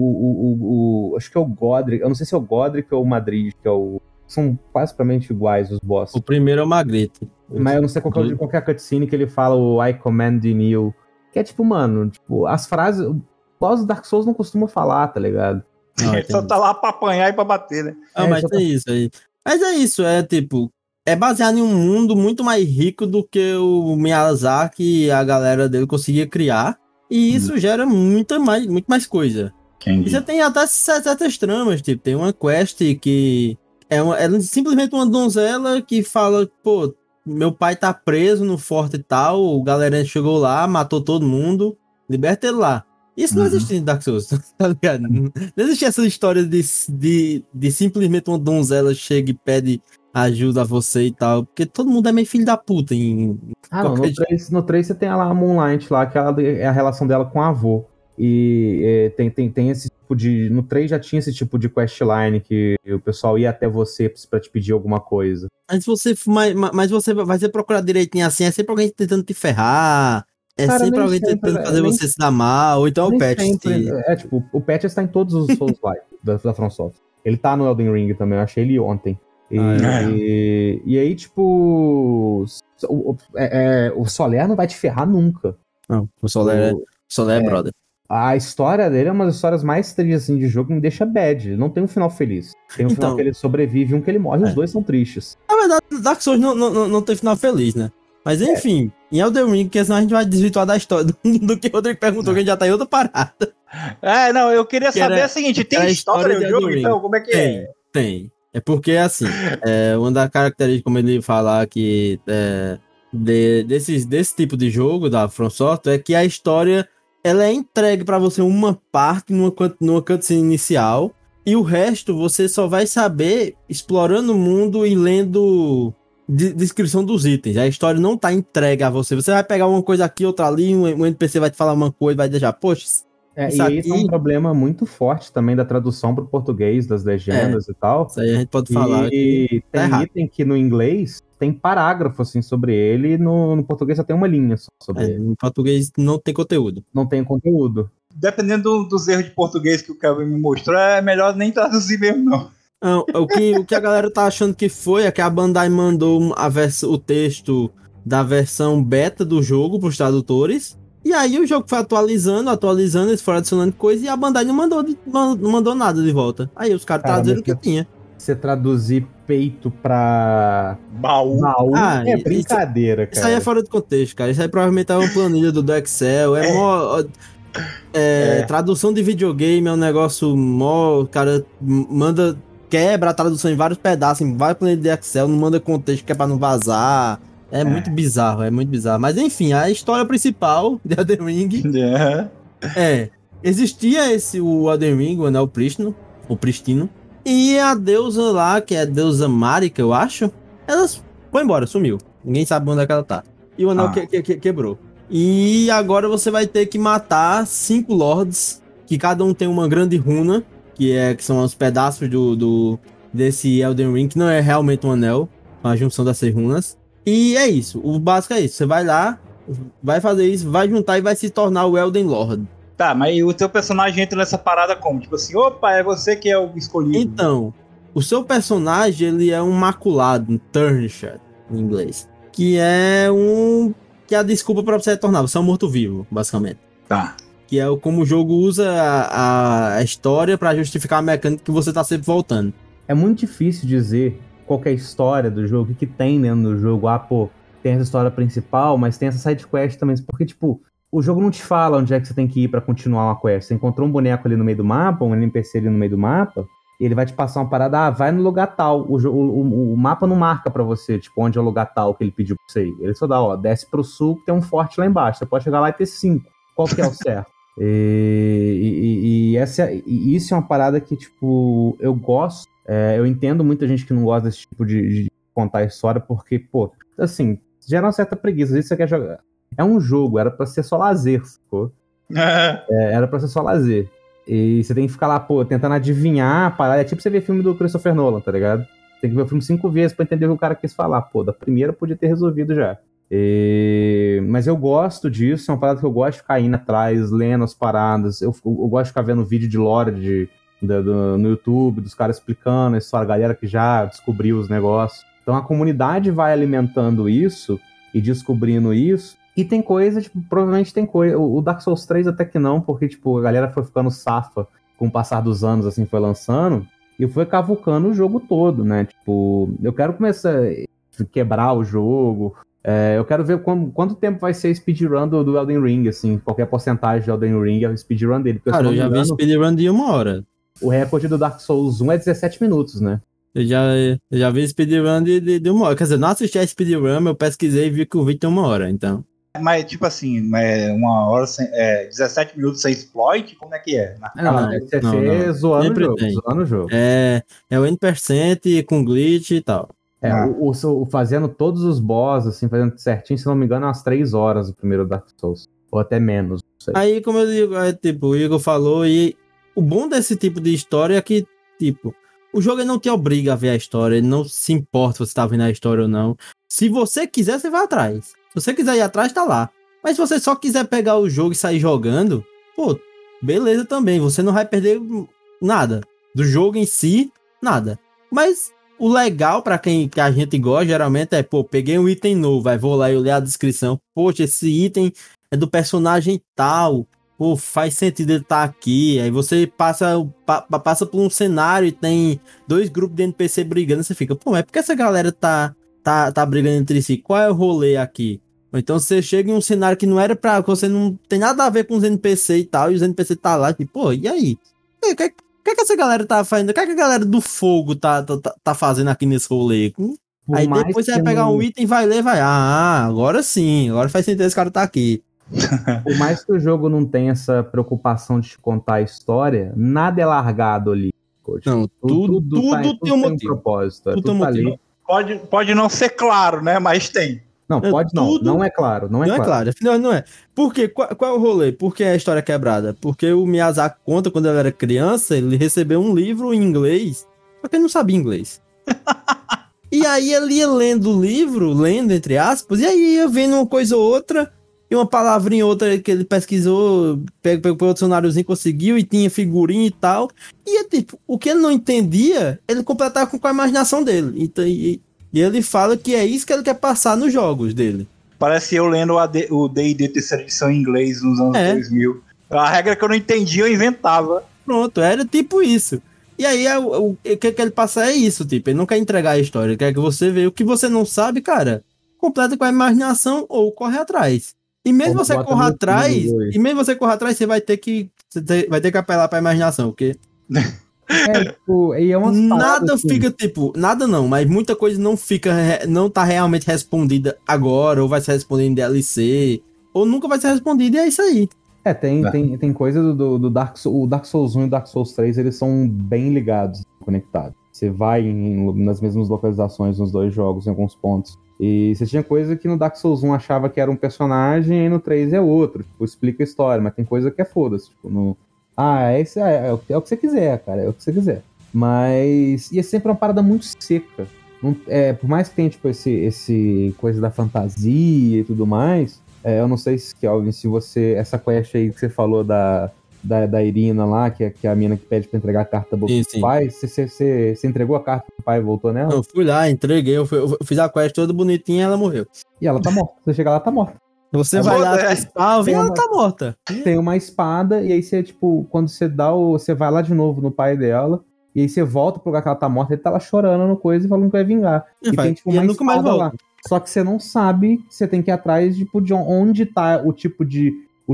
acho que é o Godric, eu não sei se é o Godric ou o Madrid, que é são basicamente iguais os boss. O primeiro é o Magritte. Mas eu não sei qual é a cutscene que ele fala o I command in you, que é tipo, mano, tipo, as frases, o boss do Dark Souls não costuma falar, tá ligado? Ele só tá lá pra apanhar e pra bater, né? Mas é isso aí. Mas é isso, tipo, é baseado em um mundo muito mais rico do que o Miyazaki e a galera dele conseguia criar. E isso gera muito mais coisa. Entendi. E você tem até certas tramas, tipo, tem uma quest que é simplesmente uma donzela que fala, pô, meu pai tá preso no forte e tal, o galera chegou lá, matou todo mundo, liberta ele lá. Isso não existe em Dark Souls, tá ligado? Não existe essa história de simplesmente uma donzela chega e pede ajuda a você e tal, porque todo mundo é meio filho da puta em Não, qualquer no 3 você tem lá a Moonlight lá, que é a relação dela com o avô. E tem esse tipo de... No 3 já tinha esse tipo de questline que o pessoal ia até você pra te pedir alguma coisa. Mas você vai ser procurar direitinho assim, é sempre alguém tentando te ferrar, é Cara, sempre nem alguém sempre, tentando fazer nem- você se dar mal, ou então o Nem patch. sempre. Tipo, o patch está em todos os Souls-like da From Software. Ele tá no Elden Ring também, eu achei ele ontem. E aí, tipo... O Soler não vai te ferrar nunca. Não, o Soler é brother. A história dele é uma das histórias mais tristes assim, de jogo que me deixa bad. Não tem um final feliz. Tem um final Então, que ele sobrevive e um que ele morre. Os dois são tristes. na verdade, Dark Souls não tem final feliz, né? Mas enfim, em Elden Ring, porque senão a gente vai desvirtuar da história do que o Rodrigo perguntou, que a gente já tá em outra parada. Não, eu queria saber o seguinte, tem história no jogo, então? Como é que é? Tem. É porque, assim, uma das características, como ele fala aqui, desse tipo de jogo da From Software, é que a história ela é entregue pra você uma parte numa cutscene inicial, e o resto você só vai saber explorando o mundo e lendo descrição dos itens. A história não tá entregue a você. Você vai pegar uma coisa aqui, outra ali, um NPC vai te falar uma coisa, vai deixar, poxa, e aí tem um problema muito forte também da tradução pro português, das legendas e tal. Isso aí a gente pode falar. E tem item que no inglês tem parágrafo assim, sobre ele, e no português só tem uma linha só sobre ele. No português não tem conteúdo. Não tem conteúdo. Dependendo dos erros de português que o Kevin me mostrou, é melhor nem traduzir mesmo, não. Não, o que a galera tá achando que foi é que a Bandai mandou o texto da versão beta do jogo pros tradutores. E aí o jogo foi atualizando, eles foram adicionando coisa e a Bandai não mandou nada de volta. Aí os caras traduziram o que tinha. Você traduzir peito pra baú é brincadeira, cara. Isso aí é fora de contexto, cara. Isso aí provavelmente é uma planilha do Excel. Tradução de videogame é um negócio mó. O cara quebra a tradução em vários pedaços, em várias planilhas de Excel, não manda contexto que é pra não vazar. É muito bizarro, é muito bizarro. Mas enfim, a história principal de Elden Ring existia o Elden Ring, o Anel Pristino, e a deusa lá, que é a deusa Marika, eu acho, ela foi embora, sumiu. Ninguém sabe onde é que ela tá. E o anel quebrou. E agora você vai ter que matar 5 lords, que cada um tem uma grande runa, que são os pedaços desse Elden Ring, que não é realmente um anel, a junção dessas runas. E é isso, o básico é isso. Você vai lá, vai fazer isso, vai juntar e vai se tornar o Elden Lord. Tá, mas o teu personagem entra nessa parada como? Tipo assim, opa, é você que é o escolhido. Então, o seu personagem, ele é um maculado, um tarnished, em inglês. Que é a desculpa pra você retornar. Você é um morto-vivo, basicamente. Tá. Que é como o jogo usa a história pra justificar a mecânica que você tá sempre voltando. É muito difícil dizer qual que é a história do jogo, o que tem dentro do jogo. Tem essa história principal, mas tem essa side quest também. Porque, tipo, o jogo não te fala onde é que você tem que ir pra continuar uma quest. Você encontrou um boneco ali no meio do mapa, um NPC ali no meio do mapa, e ele vai te passar uma parada, vai no lugar tal. O mapa não marca pra você, tipo, onde é o lugar tal que ele pediu pra você ir. Ele só dá, desce pro sul, que tem um forte lá embaixo. Você pode chegar lá e ter 5. Qual que é o certo? Isso é uma parada que, tipo, eu gosto. Eu entendo muita gente que não gosta desse tipo de contar história, porque, pô, assim, gera uma certa preguiça. Às vezes você quer jogar. É um jogo, era pra ser só lazer, sacou? Era pra ser só lazer. E você tem que ficar lá, pô, tentando adivinhar a parada. É tipo você ver filme do Christopher Nolan, tá ligado? Tem que ver o filme 5 vezes pra entender o que o cara quis falar. Pô, da primeira podia ter resolvido já. Mas eu gosto disso, é uma parada que eu gosto de ficar indo atrás, lendo as paradas. Eu gosto de ficar vendo vídeo de lore no YouTube, dos caras explicando a história, a galera que já descobriu os negócios. Então a comunidade vai alimentando isso e descobrindo isso. E tem coisa, tipo, provavelmente tem coisa. O Dark Souls 3 até que não, porque, tipo, a galera foi ficando safa com o passar dos anos, assim, foi lançando, e foi cavucando o jogo todo, né? Tipo, eu quero começar... quebrar o jogo. Eu quero ver quanto tempo vai ser a speedrun do Elden Ring, assim, qualquer porcentagem do Elden Ring é o speedrun dele. Cara, eu já vi speedrun de 1 hora. O recorde do Dark Souls 1 é 17 minutos, né? Eu já vi speedrun de 1 hora. Quer dizer, não assisti a speedrun, eu pesquisei e vi que o vídeo tem 1 hora, então. Mas, tipo assim, 1 hora, 17 minutos sem exploit, como é que é? Não, você zoando o jogo. É o N% com glitch e tal. Fazendo todos os boss, assim, fazendo certinho, se não me engano, umas 3 horas o primeiro Dark Souls. Ou até menos, não sei. Aí, como eu digo, tipo, o Igor falou, e o bom desse tipo de história é que, tipo, o jogo ele não te obriga a ver a história, ele não se importa se você tá vendo a história ou não. Se você quiser, você vai atrás. Se você quiser ir atrás, tá lá. Mas se você só quiser pegar o jogo e sair jogando, pô, beleza também. Você não vai perder nada. Do jogo em si, nada. Mas o legal pra quem que a gente gosta, geralmente, é, pô, peguei um item novo, aí vou lá e eu leio a descrição. Poxa, esse item é do personagem tal. Pô, faz sentido ele estar aqui. Aí você passa por um cenário e tem 2 grupos de NPC brigando. Você fica, pô, mas por que essa galera tá brigando entre si? Qual é o rolê aqui? Ou então você chega em um cenário que não era pra... que você não tem nada a ver com os NPC e tal, e os NPC tá lá, tipo, pô, e aí? O que essa galera tá fazendo? O que a galera do fogo tá fazendo aqui nesse rolê? Aí depois você vai pegar um item, vai ler, vai... agora sim, agora faz sentido esse cara tá aqui. Por mais que o jogo não tenha essa preocupação de te contar a história, nada é largado ali. Não, tudo tem um motivo. Propósito, tudo tem um motivo. Ali. Pode não ser claro, né? Mas tem. Não, pode não. Não é claro. Não é claro. Afinal, não é. Por quê? Qual é o rolê? Por que a história é quebrada? Porque o Miyazaki conta, quando ele era criança, ele recebeu um livro em inglês, só que ele não sabia inglês. E aí ele ia lendo o livro, lendo entre aspas, e aí ia vendo uma coisa ou outra, e uma palavrinha ou outra que ele pesquisou, pegou outro dicionáriozinho, conseguiu, e tinha figurinha e tal. E é tipo, o que ele não entendia, ele completava com a imaginação dele. Então, e ele fala que é isso que ele quer passar nos jogos dele. Parece eu lendo o D&D terceira edição em inglês nos anos 2000. A regra que eu não entendia, eu inventava. Pronto, era tipo isso. E aí, o que ele passa é isso, tipo, ele não quer entregar a história, ele quer que você veja o que você não sabe, cara, completa com a imaginação ou corre atrás. E mesmo você correr atrás, você vai ter que apelar pra imaginação, porque... nada fica, tipo, nada não, mas muita coisa não tá realmente respondida agora, ou vai ser respondida em DLC, ou nunca vai ser respondida, e é isso aí. Tem coisa do Dark Souls, o Dark Souls 1 e o Dark Souls 3, eles são bem ligados, conectados. Você vai nas mesmas localizações nos 2 jogos, em alguns pontos. E você tinha coisa que no Dark Souls 1 achava que era um personagem, e no 3 é outro. Tipo, explica a história, mas tem coisa que é foda-se. Tipo, é o que você quiser, cara. É o que você quiser. Mas... E é sempre uma parada muito seca. Por mais que tenha, tipo, esse coisa da fantasia e tudo mais... eu não sei se, Kelvin, se você... Essa quest aí que você falou da Irina lá, que é a mina que pede pra entregar a carta pro pai. Você entregou a carta pro pai e voltou nela? Eu fui lá, entreguei, eu fiz a quest toda bonitinha e ela morreu. E ela tá morta. Você chega lá, tá morta. Você vai lá, salve e ela tá morta. Tem uma espada, e aí você, tipo, quando você você vai lá de novo no pai dela, e aí você volta pro lugar que ela tá morta, ele tá lá chorando no coisa e falando que vai vingar. E tem, tipo, uma espada lá. Só que você não sabe, você tem que ir atrás, tipo, de onde tá o tipo de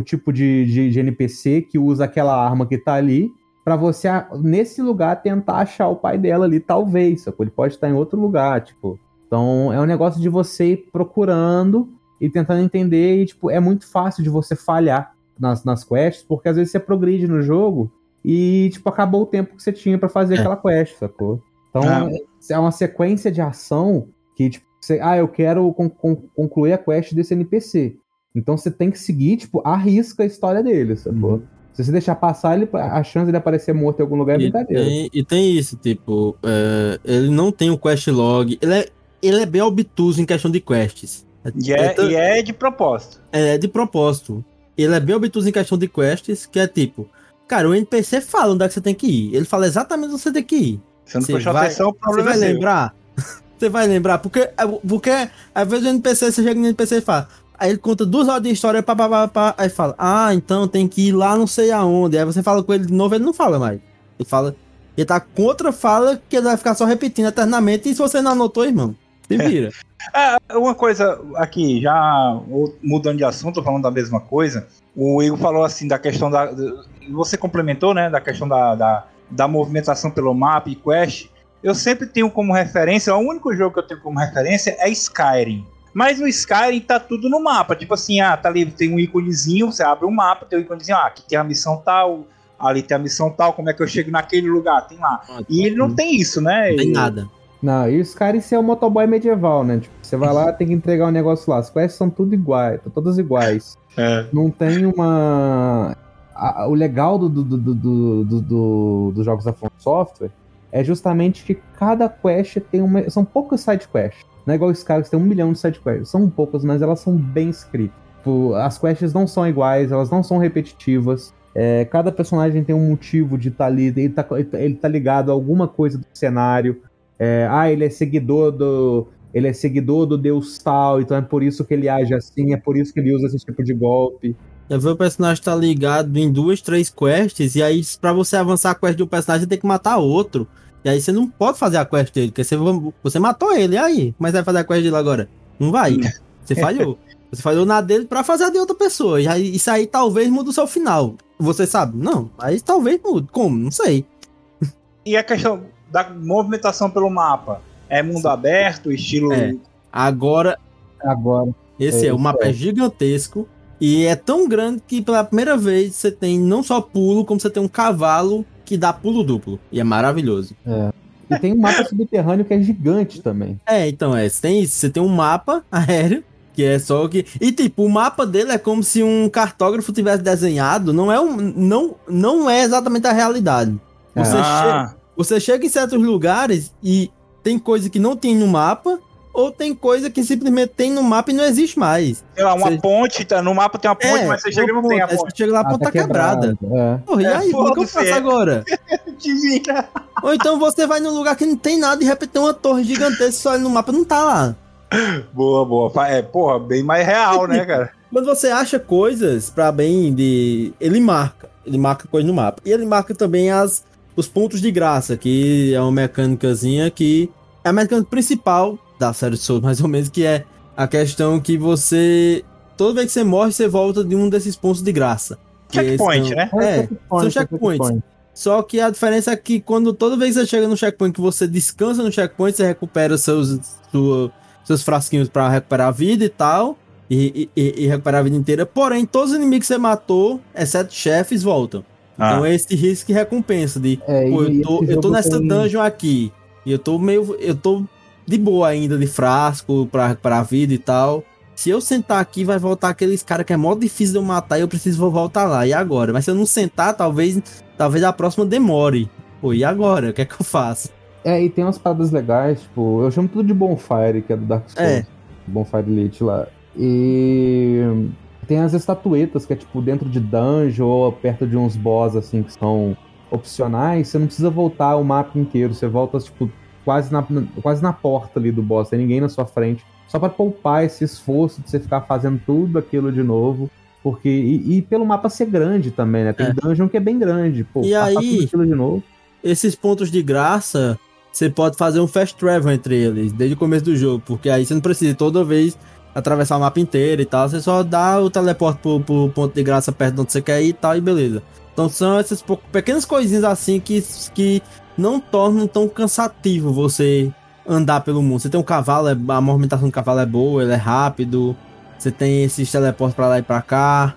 NPC que usa aquela arma que tá ali, pra você, nesse lugar, tentar achar o pai dela ali, talvez, sacou? Ele pode estar em outro lugar, tipo. Então, é um negócio de você ir procurando e tentando entender, e, tipo, é muito fácil de você falhar nas quests, porque às vezes você progride no jogo e, tipo, acabou o tempo que você tinha pra fazer aquela quest, sacou? Então, é uma sequência de ação que, tipo, eu quero concluir a quest desse NPC. Então você tem que seguir, tipo, arrisca a história dele, sacou? Se você deixar passar, a chance de ele aparecer morto em algum lugar é brincadeira. E tem isso, tipo, ele não tem o quest log, ele é bem obtuso em questão de quests. E é de propósito. É de propósito. Ele é bem obtuso em questão de quests, que é tipo, cara, o NPC fala onde é que você tem que ir. Ele fala exatamente onde você tem que ir. Você não prestou atenção, o problema é seu. Lembrar? Você vai lembrar, porque às vezes o NPC, você chega no NPC e fala, aí ele conta 2 horas de história, aí fala, então tem que ir lá não sei aonde. Aí você fala com ele de novo, ele não fala mais. Ele tá com outra fala que ele vai ficar só repetindo eternamente, e se você não anotou, irmão, se vira. Uma coisa aqui, já mudando de assunto, falando da mesma coisa, o Igor falou assim da questão você complementou, né, da questão da movimentação pelo mapa e quest. Eu sempre tenho como referência, o único jogo que eu tenho como referência é Skyrim. Mas no Skyrim tá tudo no mapa, tipo assim, tá ali, tem um íconezinho, você abre o mapa, tem um íconezinho, aqui tem a missão tal, ali tem a missão tal, como é que eu chego naquele lugar, tem lá. E ele não tem isso, né? Não tem nada. Não, e os caras é o motoboy medieval, né? Tipo, você vai lá, tem que entregar um negócio lá. As quests são tudo iguais, todas iguais. Não tem uma... O legal dos jogos da From Software é justamente que cada quest tem uma... São poucas side quests. Não é igual os caras que tem 1 milhão de side quests. São poucas, mas elas são bem escritas. Tipo, as quests não são iguais, elas não são repetitivas. Cada personagem tem um motivo de estar ali. Ele tá ligado a alguma coisa do cenário. Ele é seguidor do deus tal, então é por isso que ele age assim, é por isso que ele usa esse tipo de golpe. Já viu o personagem tá ligado em 2, 3 quests, e aí pra você avançar a quest de um personagem, você tem que matar outro. E aí você não pode fazer a quest dele, porque você matou ele, e aí? Mas vai fazer a quest dele agora? Não vai. Você falhou. Você falhou na dele pra fazer a de outra pessoa. E aí, isso aí talvez mude o seu final. Você sabe? Não, aí talvez mude. Como? Não sei. E a questão da movimentação pelo mapa? É mundo aberto, estilo... Agora, o mapa é gigantesco e é tão grande que pela primeira vez você tem não só pulo, como você tem um cavalo que dá pulo duplo. E é maravilhoso. E tem um mapa subterrâneo que é gigante também. Então você tem isso. Você tem um mapa aéreo, que é só que... E tipo, o mapa dele é como se um cartógrafo tivesse desenhado. Não é exatamente a realidade. Você chega em certos lugares e tem coisa que não tem no mapa, ou tem coisa que simplesmente tem no mapa e não existe mais. Sei lá, uma ponte, no mapa tem uma ponte, mas você chega e não tem a ponte. Você chega lá, a ponta tá quebrada. Porra, e aí, o que eu faço agora? Te vira. Ou então você vai num lugar que não tem nada e de repente tem uma torre gigantesca, só no mapa não tá lá. Boa. Porra, bem mais real, né, cara? Quando você acha coisas pra bem de... Ele marca coisa no mapa. E ele marca também os pontos de graça, que é uma mecânicazinha que é a mecânica principal da série de Souls, mais ou menos, que é a questão que você... Toda vez que você morre, você volta de um desses pontos de graça. Checkpoint, né? São checkpoints. Só que a diferença é que toda vez que você chega no checkpoint, que você descansa no checkpoint, você recupera seus frasquinhos pra recuperar a vida e tal, e recuperar a vida inteira. Porém, todos os inimigos que você matou, exceto chefes, voltam. Então é esse risco e recompensa de... eu tô nessa dungeon aqui, e eu tô de boa ainda, de frasco, pra recuperar a vida e tal. Se eu sentar aqui, vai voltar aqueles caras que é mó difícil de eu matar e eu preciso voltar lá. E agora? Mas se eu não sentar, talvez a próxima demore. E agora? O que é que eu faço? E tem umas paradas legais, tipo... Eu chamo tudo de Bonfire, que é do Dark Souls. Bonfire Elite lá. E... Tem as estatuetas, que é tipo dentro de dungeon ou perto de uns boss, assim, que são opcionais. Você não precisa voltar o mapa inteiro. Você volta, tipo, quase na porta ali do boss. Tem ninguém na sua frente. Só pra poupar esse esforço de você ficar fazendo tudo aquilo de novo. Porque... E pelo mapa ser grande também, né? Tem dungeon que é bem grande. E aí, tudo aquilo de novo. Esses pontos de graça, você pode fazer um fast travel entre eles, desde o começo do jogo. Porque aí você não precisa toda vez atravessar o mapa inteiro e tal, você só dá o teleporte pro ponto de graça perto de onde você quer ir e tal, e beleza. Então são essas pequenas coisinhas assim que não tornam tão cansativo você andar pelo mundo. Você tem um cavalo, a movimentação do cavalo é boa, ele é rápido, você tem esses teleportes pra lá e pra cá.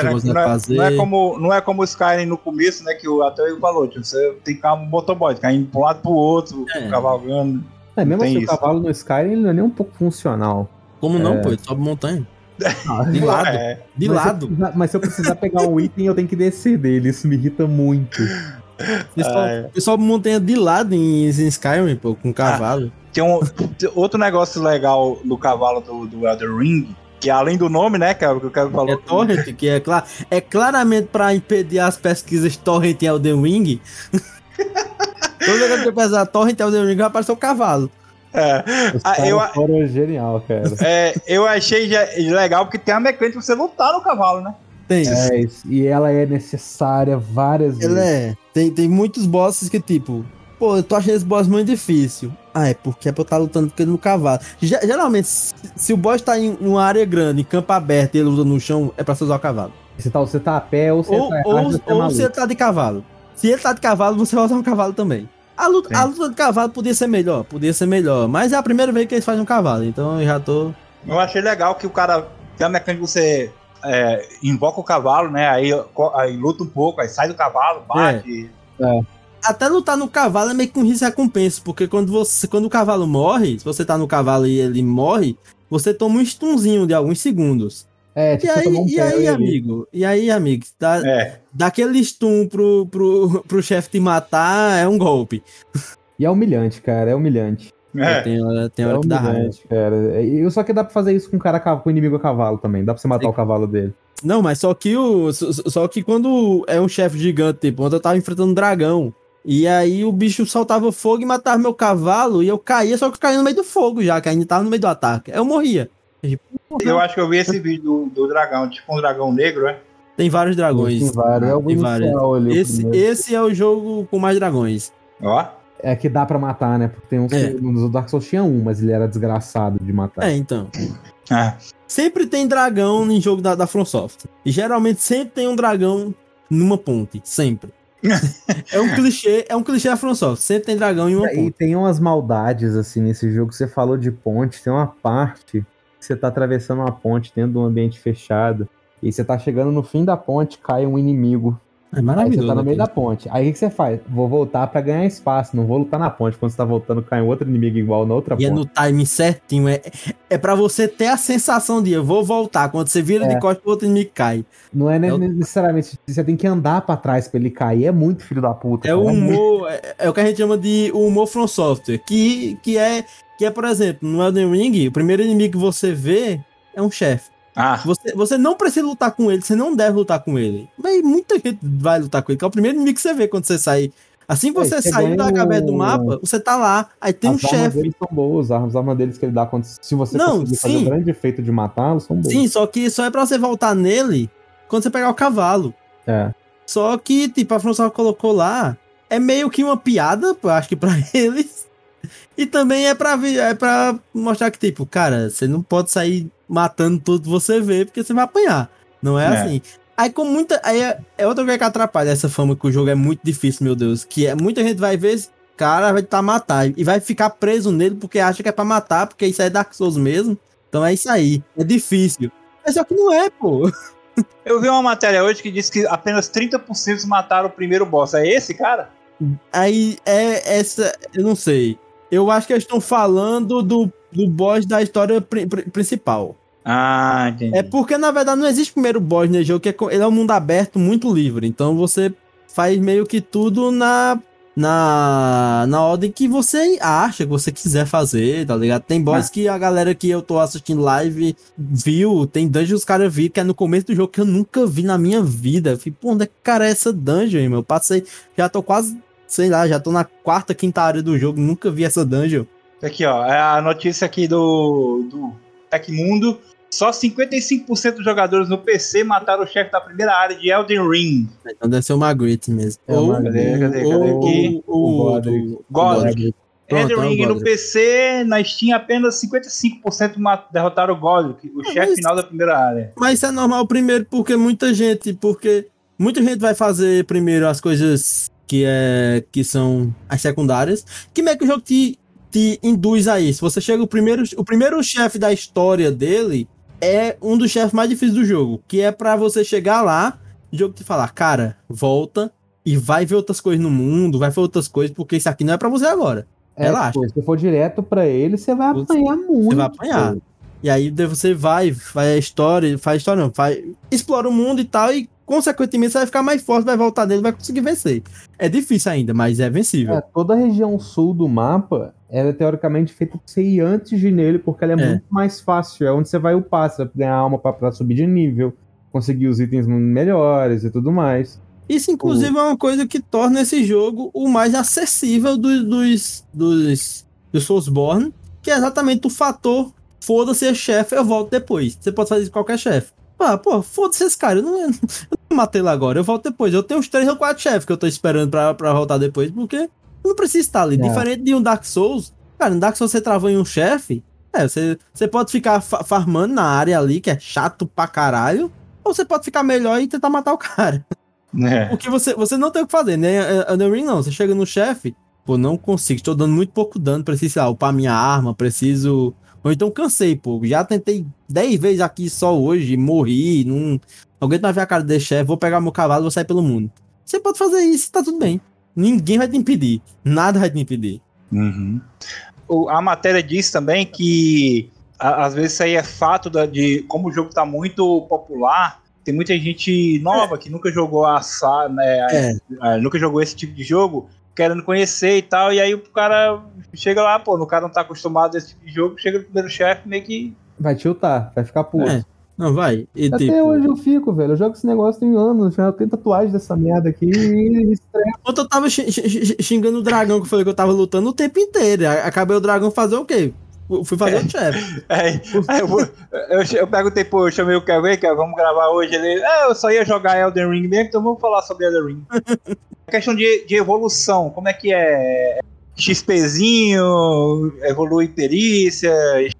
Não é como o Skyrim no começo, né, que até eu falou, tipo, você tem que ficar um motoboy, ficar indo pra um lado pro outro, cavalgando. Mesmo assim, o cavalo no Skyrim ele não é nem um pouco funcional. Como não, pô? Ele sobe montanha. De lado. De lado. Mas se eu precisar pegar um item, eu tenho que descer dele. Isso me irrita muito. Eu sobe montanha de lado em Skyrim, pô, com cavalo. Tem outro negócio legal no cavalo do Elden Ring, que além do nome, né, que é o que o cara falou. É Torrent, que é claramente pra impedir as pesquisas Torrent e Elden Ring. Toda vez que eu pesquisar Torrent e Elden Ring, vai aparecer o cavalo. Foram genial, cara. Eu achei legal porque tem a mecânica de você lutar no cavalo, né? Tem isso. E ela é necessária várias vezes. Tem muitos bosses que, tipo, pô, eu tô achando esse boss muito difícil. Ah, é porque é pra eu estar lutando com ele no cavalo. Geralmente, se o boss tá em uma área grande, em campo aberto, e ele luta no chão, é pra você usar o cavalo. Você tá a pé ou você tá errado, Ou se ele tá de cavalo. Se ele tá de cavalo, você vai usar um cavalo também. A luta de cavalo podia ser melhor, mas é a primeira vez que eles fazem um cavalo, então eu já tô... Eu achei legal que o cara tem a mecânica que você invoca o cavalo, né? Aí luta um pouco, aí sai do cavalo, bate. Até lutar no cavalo é meio que um risco e recompensa, porque quando o cavalo morre, se você tá no cavalo e ele morre, você toma um stunzinho de alguns segundos. E aí, amigo, dá aquele stun pro chefe te matar, é um golpe. E é humilhante, cara, é humilhante. Tem hora que dá raiva. Cara. E só que dá pra fazer isso com o inimigo a cavalo também, dá pra você matar o cavalo dele. Não, mas só que quando é um chefe gigante, tipo, ontem eu tava enfrentando um dragão, e aí o bicho soltava fogo e matava meu cavalo, e eu caía, só que eu caía no meio do fogo já, que ainda tava no meio do ataque. Eu morria. Eu acho que eu vi esse vídeo do dragão, tipo um dragão negro, né? Tem vários dragões. Tem vários. Esse é o jogo com mais dragões. Ó. É que dá pra matar, né? Porque tem uns no Dark Souls tinha um, mas ele era desgraçado de matar. Então. Sempre tem dragão em jogo da From Software. E geralmente sempre tem um dragão numa ponte. Sempre. É um clichê da From Software. Sempre tem dragão em uma ponte. E tem umas maldades, assim, nesse jogo. Você falou de ponte, tem uma parte que você tá atravessando uma ponte dentro de um ambiente fechado. E você tá chegando no fim da ponte, cai um inimigo. É maravilhoso. Aí você tá no meio da ponte. Aí o que você faz? Vou voltar pra ganhar espaço, não vou lutar na ponte. Quando você tá voltando, cai um outro inimigo igual na outra ponte. E é no timing certinho. É pra você ter a sensação de eu vou voltar. Quando você vira de costas, o outro inimigo cai. Não é necessariamente. Você tem que andar pra trás pra ele cair. É muito filho da puta. É o humor. É o que a gente chama de humor From Software. Que é, por exemplo, no Elden Ring, o primeiro inimigo que você vê é um chefe. Você não precisa lutar com ele, você não deve lutar com ele. Mas muita gente vai lutar com ele, que é o primeiro inimigo que você vê quando você sai. Assim que você saiu da cabeça do mapa, você tá lá, aí tem um chefe. As armas deles são boas, as armas deles que ele dá, se você conseguir fazer o grande efeito de matá-los, são boas. Sim, só que só é pra você voltar nele quando você pegar o cavalo. Só que, tipo, a François colocou lá, é meio que uma piada, acho que pra eles. E também é pra mostrar que, tipo, cara, você não pode sair matando tudo que você vê, porque você vai apanhar. Não é assim. Aí com muita... Aí é outra coisa que atrapalha essa fama, que o jogo é muito difícil, meu Deus. Que muita gente vai ver esse cara, vai tentar matar. E vai ficar preso nele porque acha que é pra matar, porque isso é Dark Souls mesmo. Então é isso aí. É difícil. Mas só que não é, pô. Eu vi uma matéria hoje que disse que apenas 30% mataram o primeiro boss. É esse, cara? Aí é essa... Eu não sei. Eu acho que eles estão falando do boss da história principal. Entendi. É porque, na verdade, não existe primeiro boss nesse jogo, ele é um mundo aberto muito livre. Então você faz meio que tudo na ordem que você acha, que você quiser fazer, tá ligado? Tem boss que a galera que eu tô assistindo live viu, tem dungeon que os caras viram, que é no começo do jogo que eu nunca vi na minha vida. Eu falei, pô, onde é que cara é essa dungeon, irmão? Eu passei, já tô quase... Sei lá, já tô na quarta, quinta área do jogo, nunca vi essa dungeon. Aqui, ó, é a notícia aqui do Tecmundo. Só 55% dos jogadores no PC mataram o chefe da primeira área de Elden Ring. Então deve ser o Magritte mesmo. Cadê aqui? O Godric. Elden Ring no PC, na Steam apenas 55% derrotaram o Godric, o chefe final da primeira área. Mas isso é normal primeiro, porque muita gente vai fazer primeiro as coisas... que são as secundárias, que meio que o jogo te induz a isso. Você chega o primeiro chefe da história dele é um dos chefes mais difíceis do jogo, que é pra você chegar lá, o jogo te falar, cara, volta e vai ver outras coisas no mundo, vai ver outras coisas, porque isso aqui não é pra você agora. Relaxa. Se for direto pra ele, você vai apanhar muito. Você vai apanhar. E aí você vai explora o mundo e tal, e consequentemente você vai ficar mais forte, vai voltar dele, vai conseguir vencer. É difícil ainda, mas é vencível. Toda a região sul do mapa, ela é teoricamente feita pra você ir antes de ir nele, porque ela é muito mais fácil. É onde você vai upar, você vai ganhar alma pra subir de nível, conseguir os itens melhores e tudo mais. Isso, inclusive, é uma coisa que torna esse jogo o mais acessível dos Soulsborne, que é exatamente o fator foda-se é chefe, eu volto depois. Você pode fazer isso com qualquer chefe. Foda-se esse cara, eu não matei lá agora, eu volto depois. Eu tenho uns 3 ou 4 chefes que eu tô esperando pra voltar depois, porque eu não preciso estar ali. Diferente de um Dark Souls, Cara, no Dark Souls você travou em um chefe, você pode ficar farmando na área ali, que é chato pra caralho, ou você pode ficar melhor e tentar matar o cara. Porque você não tem o que fazer, né? Elden Ring não, você chega no chefe, pô, não consigo, estou dando muito pouco dano, preciso, sei lá, upar minha arma, preciso... Ou então cansei, pô, já tentei 10 vezes aqui só hoje, morri, não aguento mais ver a cara desse chefe, vou pegar meu cavalo e vou sair pelo mundo. Você pode fazer isso, tá tudo bem. Ninguém vai te impedir, nada vai te impedir. Uhum. A matéria diz também que às vezes isso aí é fato de como o jogo tá muito popular. Tem muita gente nova que nunca jogou nunca jogou esse tipo de jogo, querendo conhecer e tal, e aí o cara chega lá, pô, o cara não tá acostumado a esse tipo de jogo, chega no primeiro chefe meio que... Vai tiltar, vai ficar puto. Não, vai. E, até hoje eu fico, velho, eu jogo esse negócio tem anos, já tenho tatuagem dessa merda aqui e estressa. Ontem eu tava xingando o dragão que eu falei que eu tava lutando o tempo inteiro, acabei o dragão fazer o quê? Fui fazer o chefe. Eu perguntei, pô, eu chamei o Kevin, vamos gravar hoje. Ele, eu só ia jogar Elden Ring mesmo, então vamos falar sobre Elden Ring. A questão de evolução, como é que é? XPzinho, evolui perícia?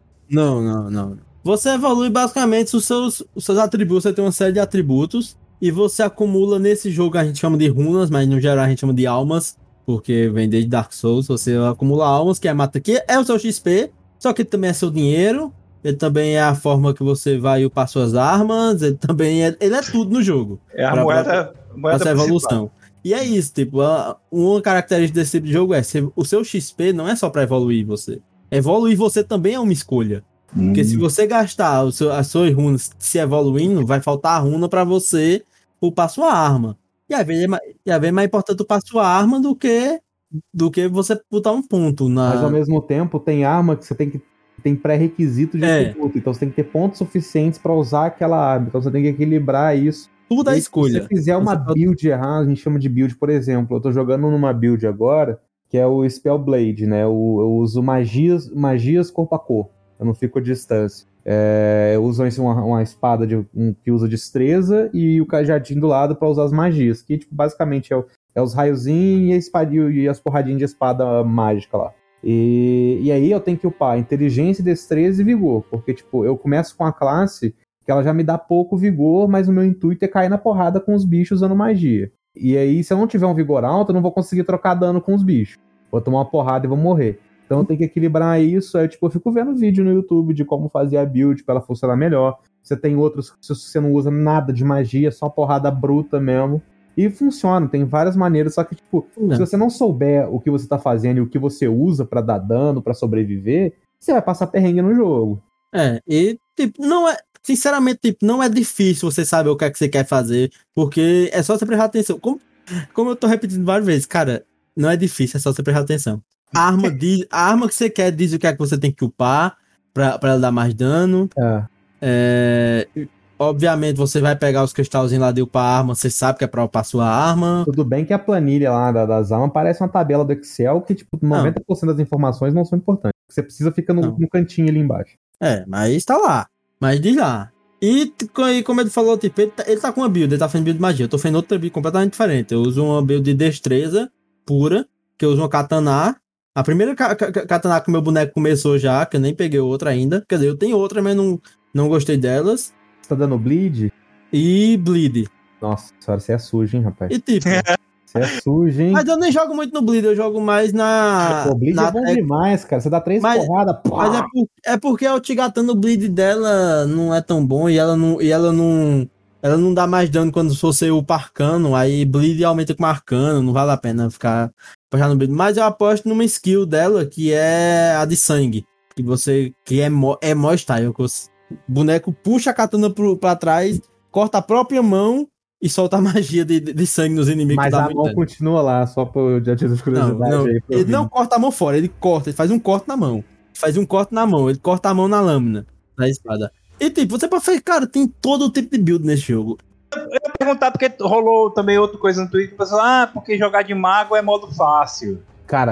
Não. Você evolui basicamente os seus atributos, você tem uma série de atributos, e você acumula nesse jogo, a gente chama de runas, mas no geral a gente chama de almas, porque vem desde Dark Souls, você acumula almas, que é o seu XP, só que ele também é seu dinheiro, ele também é a forma que você vai upar suas armas, ele é tudo no jogo. É a moeda essa evolução. E é isso, tipo, uma característica desse tipo de jogo o seu XP não é só pra evoluir você. Evoluir você também é uma escolha. Porque se você gastar as suas runas se evoluindo, vai faltar runa pra você upar sua arma. E às vezes é mais importante upar sua arma do que você botar um ponto na... Mas ao mesmo tempo tem arma que você tem pré-requisito de atributo, então você tem que ter pontos suficientes pra usar aquela arma, então você tem que equilibrar isso. Tudo é escolha. Se você fizer uma build errada, a gente chama de build, por exemplo, eu tô jogando numa build agora, que é o Spellblade, né, eu uso magias corpo a corpo, eu não fico à distância. Eu uso uma espada que usa destreza e o cajadinho do lado pra usar as magias, que tipo, basicamente é os raiozinhos e as porradinhas de espada mágica lá. E aí eu tenho que upar inteligência, destreza e vigor, porque tipo, eu começo com a classe que ela já me dá pouco vigor, mas o meu intuito é cair na porrada com os bichos usando magia. E aí, se eu não tiver um vigor alto, eu não vou conseguir trocar dano com os bichos. Vou tomar uma porrada e vou morrer. Então eu tenho que equilibrar isso. Aí, tipo, eu fico vendo vídeo no YouTube de como fazer a build pra ela funcionar melhor. Você tem outros que você não usa nada de magia, só porrada bruta mesmo. E funciona, tem várias maneiras, só que, tipo, se você não souber o que você tá fazendo e o que você usa pra dar dano, pra sobreviver, você vai passar perrengue no jogo. E, tipo, não é... Sinceramente, tipo, não é difícil você saber o que é que você quer fazer, porque é só você prestar atenção. Como eu tô repetindo várias vezes, cara, não é difícil, é só você prestar atenção. A arma que você quer diz o que é que você tem que upar pra ela dar mais dano. Obviamente, você vai pegar os cristalzinhos lá de upar a arma, você sabe que é pra upar a sua arma. Tudo bem que a planilha lá das armas parece uma tabela do Excel que, tipo, 90% das informações não são importantes. O que você precisa fica no cantinho ali embaixo. Mas tá lá. Mas diz lá. E como ele falou, tipo, ele tá com uma build, ele tá fazendo build de magia. Eu tô fazendo outra build completamente diferente. Eu uso uma build de destreza pura, que eu uso uma katana. A primeira katana que o meu boneco começou já, que eu nem peguei outra ainda. Quer dizer, eu tenho outra, mas não gostei delas. Você tá dando bleed? E bleed. Nossa senhora, você é sujo, hein, rapaz? E tipo... Você é sujo, hein? Mas eu nem jogo muito no bleed, eu jogo mais na... O bleed é bom demais, cara. Você dá 3 porradas, Mas é porque o Tigatana, o bleed dela não é tão bom e ela não dá mais dano quando você upa arcano, aí bleed aumenta com arcano, não vale a pena ficar apostar no bleed. Mas eu aposto numa skill dela, que é a de sangue, que é mó style, que o boneco puxa a katana pra trás, corta a própria mão e solta a magia de sangue nos inimigos. Mas a mão continua lá, só por já tive curiosidade aí. Ele não corta a mão fora, ele faz um corte na mão. Ele corta a mão na lâmina da espada. E tipo, você pode fazer, cara, tem todo tipo de build nesse jogo. Eu ia perguntar porque rolou também outra coisa no Twitter, pessoal, porque jogar de mago é modo fácil. Cara,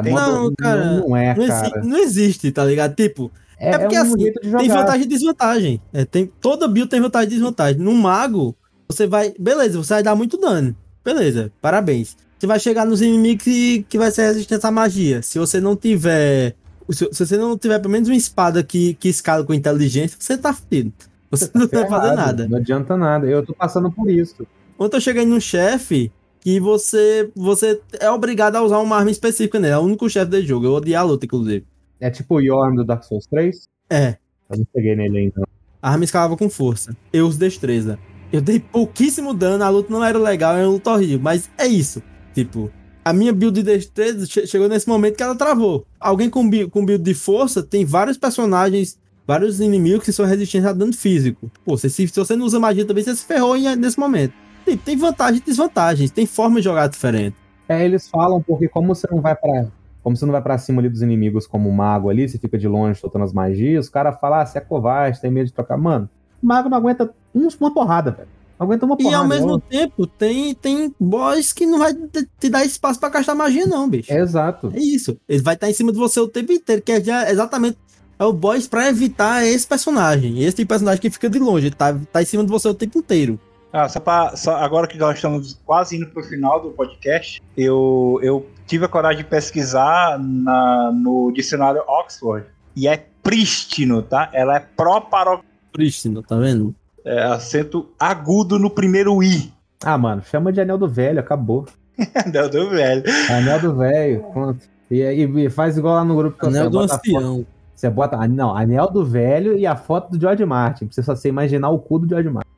não existe, tá ligado? Tipo, é porque assim, tem vantagem e desvantagem. Toda build tem vantagem e desvantagem. No mago, você vai dar muito dano. Beleza, parabéns. Você vai chegar nos inimigos que vai ser resistente à magia. Se você não tiver Se você não tiver pelo menos uma espada que escala com inteligência, você tá fudido. Você não vai fazer nada. Não adianta nada. Eu tô passando por isso. Ontem eu cheguei num chefe que você é obrigado a usar uma arma específica nele. É o único chefe do jogo. Eu odiei a luta, inclusive. É tipo o Yorm do Dark Souls 3? É. Eu não peguei nele ainda. A arma escalava com força. Eu uso destreza. Eu dei pouquíssimo dano, a luta não era legal, era uma luta horrível. Mas é isso. Tipo, a minha build de destreza chegou nesse momento que ela travou. Alguém com build de força tem vários personagens, vários inimigos que são resistentes a dano físico. Pô, se você não usa magia também, você se ferrou nesse momento. Tipo, tem vantagens e desvantagens, tem forma de jogar diferente. Eles falam porque como você não vai pra cima ali dos inimigos como mago ali, você fica de longe soltando as magias, os caras falam, você é covarde, tem medo de trocar. Mano, o mago não aguenta uma porrada, velho. Não aguenta uma porrada. E ao mesmo tempo, tem boss que não vai te dar espaço pra castar magia não, bicho. Exato. É isso. Ele vai estar em cima de você o tempo inteiro, que é já exatamente o boss pra evitar esse personagem. Esse tipo de personagem que fica de longe, tá em cima de você o tempo inteiro. Agora que nós estamos quase indo pro final do podcast, eu tive a coragem de pesquisar no dicionário Oxford e é prístino, tá? Ela é Prístino, tá vendo? É acento agudo no primeiro I. Ah, mano, chama de Anel do Velho, acabou. Anel do Velho. Anel do Velho, pronto. E faz igual lá no grupo que Anel do Ancião. Você bota, Anel do Velho e a foto do George Martin. Pra você imaginar o cu do George Martin.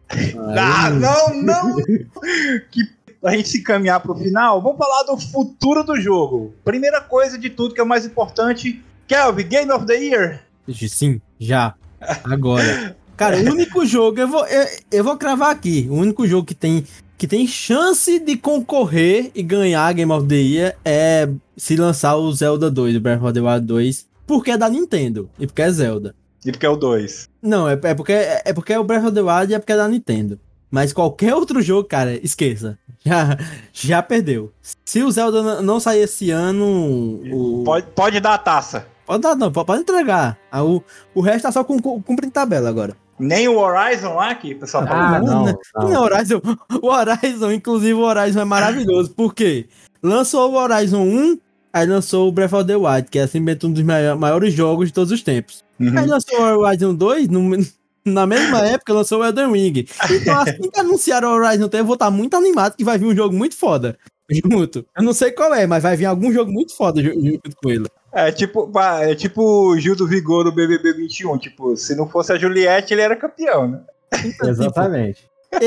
Não! Que a gente se caminhar pro final, vamos falar do futuro do jogo. Primeira coisa de tudo, que é o mais importante, Kelvin, Game of the Year? Sim, já. Agora. Cara, o único jogo, eu vou cravar aqui, o único jogo que tem chance de concorrer e ganhar Game of the Year é se lançar o Zelda 2, o Breath of the Wild 2, porque é da Nintendo e porque é Zelda. E porque é o 2. Não, é porque é o Breath of the Wild e é porque é da Nintendo. Mas qualquer outro jogo, cara, esqueça. Já perdeu. Se o Zelda não sair esse ano... Pode dar a taça. Pode dar, não. Pode entregar. O resto tá só cumprindo tabela agora. Nem o Horizon lá, que o pessoal fala. Não. O Horizon, inclusive o Horizon é maravilhoso. Por quê? Lançou o Horizon 1, aí lançou o Breath of the Wild, que é simplesmente um dos maiores jogos de todos os tempos. Uhum. Aí lançou o Horizon 2, na mesma época lançou o Elden Ring. Então assim que anunciaram o Horizon 3, eu vou estar muito animado que vai vir um jogo muito foda junto. Eu não sei qual é, mas vai vir algum jogo muito foda junto com ele. É tipo o Gil do Vigor do BBB 21. Tipo, se não fosse a Juliette, ele era campeão, né? Exatamente.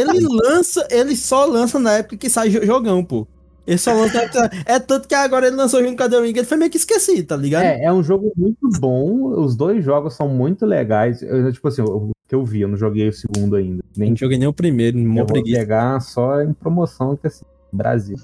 Ele só lança na época que sai jogão, pô. Ele só lança. É tanto que agora ele lançou junto com a The Ring, ele foi meio que esquecido, tá ligado? É um jogo muito bom. Os dois jogos são muito legais. Tipo assim, o que eu vi, eu não joguei o segundo ainda. Não joguei nem o primeiro, eu vou pegar só em promoção, que assim, Brasil.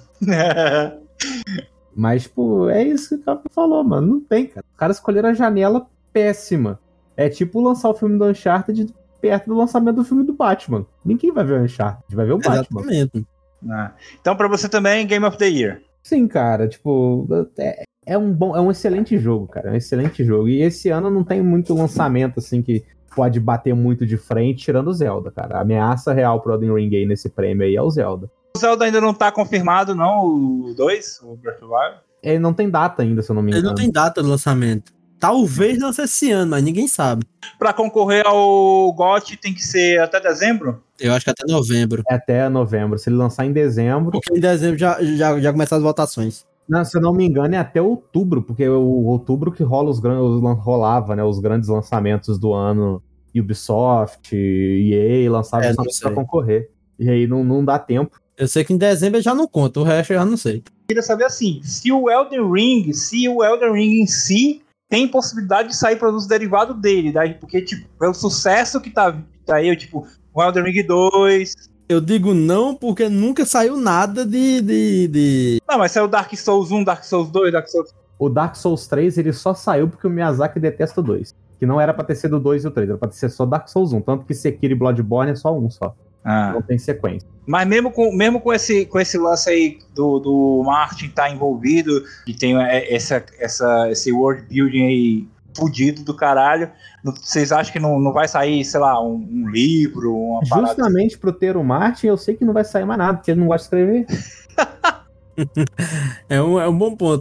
Mas, tipo, é isso que o cara falou, mano. Não tem, cara. Os caras escolheram a janela péssima. É tipo lançar o filme do Uncharted perto do lançamento do filme do Batman. Ninguém vai ver o Uncharted, vai ver o Batman. Exatamente. Então, pra você também, Game of the Year. Sim, cara, tipo, é um excelente jogo, cara. É um excelente jogo. E esse ano não tem muito lançamento, assim, que pode bater muito de frente, tirando o Zelda, cara. A ameaça real pro Elden Ring aí nesse prêmio aí é o Zelda. O Zelda ainda não tá confirmado, não, o 2, o Breath of the Wild? Ele não tem data ainda, se eu não me engano. Ele não tem data de lançamento. Talvez lance esse ano, mas ninguém sabe. Pra concorrer ao GOT tem que ser até dezembro? Eu acho que até novembro. É até novembro. Se ele lançar em dezembro... Porque em dezembro já começam as votações. Não, se eu não me engano, é até outubro, porque é o outubro que rolava, né, os grandes lançamentos do ano. Ubisoft, EA, lançavam isso pra concorrer. E aí não dá tempo. Eu sei que em dezembro já não conta, o resto eu já não sei. Eu queria saber assim, se o Elden Ring em si tem possibilidade de sair produtos derivados dele, daí, porque, tipo, pelo sucesso que tá aí, tipo, o Elden Ring 2... Eu digo não, porque nunca saiu nada de... Não, mas saiu Dark Souls 1, Dark Souls 2, Dark Souls... O Dark Souls 3, ele só saiu porque o Miyazaki detesta o 2. Que não era pra ter sido o 2 e o 3, era pra ter sido só Dark Souls 1. Tanto que Sekiro e Bloodborne é só um só. Não tem sequência. Mas mesmo com esse lance aí do Martin tá envolvido, e tem esse world building aí fudido do caralho, vocês acham que não vai sair, sei lá, um livro, uma parada? Justamente pro ter o Martin, eu sei que não vai sair mais nada, porque ele não gosta de escrever. É um bom ponto.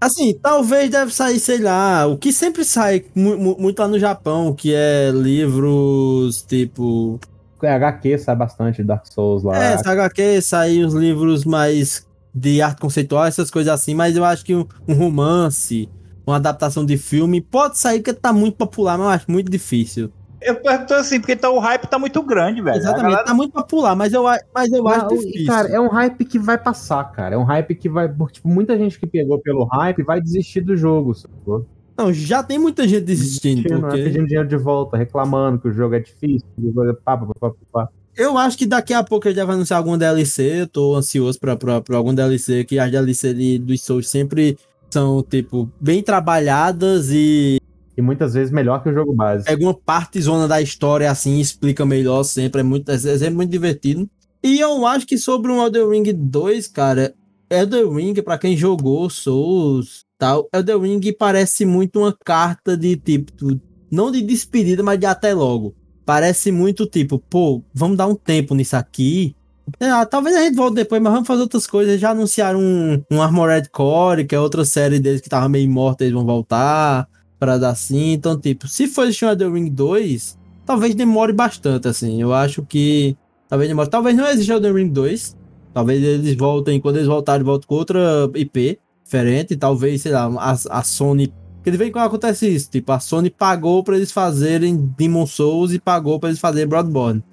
Assim, talvez deve sair, sei lá, o que sempre sai muito lá no Japão, que é livros tipo... HQ sai bastante, Dark Souls lá. essa HQ sai os livros mais de arte conceitual, essas coisas assim, mas eu acho que um romance, uma adaptação de filme, pode sair porque tá muito popular, mas eu acho muito difícil. Eu pergunto assim, porque o hype tá muito grande, velho. Exatamente, galera... tá muito popular, mas eu acho difícil. Cara, é um hype que vai passar, cara. É um hype que vai... Tipo, muita gente que pegou pelo hype vai desistir do jogo, sacou? Não, já tem muita gente desistindo, porque... pedindo dinheiro de volta, reclamando que o jogo é difícil, Eu acho que daqui a pouco ele já vai anunciar algum DLC, eu tô ansioso pra algum DLC, que as DLC dos Souls sempre são, tipo, bem trabalhadas e muitas vezes melhor que o jogo base. Pega uma parte zona da história assim, explica melhor sempre, é sempre muito divertido. E eu acho que sobre o Elden Ring 2, cara, Elden Ring, pra quem jogou Souls, tal, Elden Ring parece muito uma carta de tipo, não de despedida, mas de até logo. Parece muito tipo, pô, vamos dar um tempo nisso aqui. Talvez a gente volte depois, mas vamos fazer outras coisas. Já anunciaram um Armored Core, que é outra série deles que tava meio morta, eles vão voltar para dar assim. Então, tipo, se for existir um Elden Ring 2, talvez demore bastante, assim. Eu acho que talvez demore. Talvez não exista Elden Ring 2. Talvez eles voltem, quando eles voltarem, voltem com outra IP diferente. Talvez, sei lá, a Sony... Porque de vez em quando acontece isso, tipo, a Sony pagou pra eles fazerem Demon Souls e pagou pra eles fazerem Bloodborne.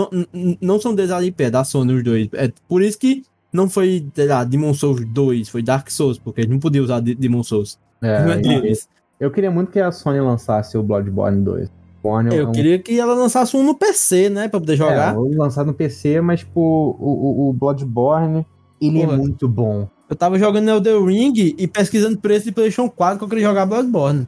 Não são deles a IP, é da Sony os dois. É por isso que não foi, sei lá, Demon Souls 2, foi Dark Souls, porque eles não podiam usar Demon Souls. Não é deles. Eu queria muito que a Sony lançasse o Bloodborne 2. Eu queria que ela lançasse um no PC, né, pra poder jogar. Lançar no PC, mas tipo, o Bloodborne, ele é muito bom. Eu tava jogando Elden Ring e pesquisando preço de PlayStation 4 que eu queria jogar Bloodborne.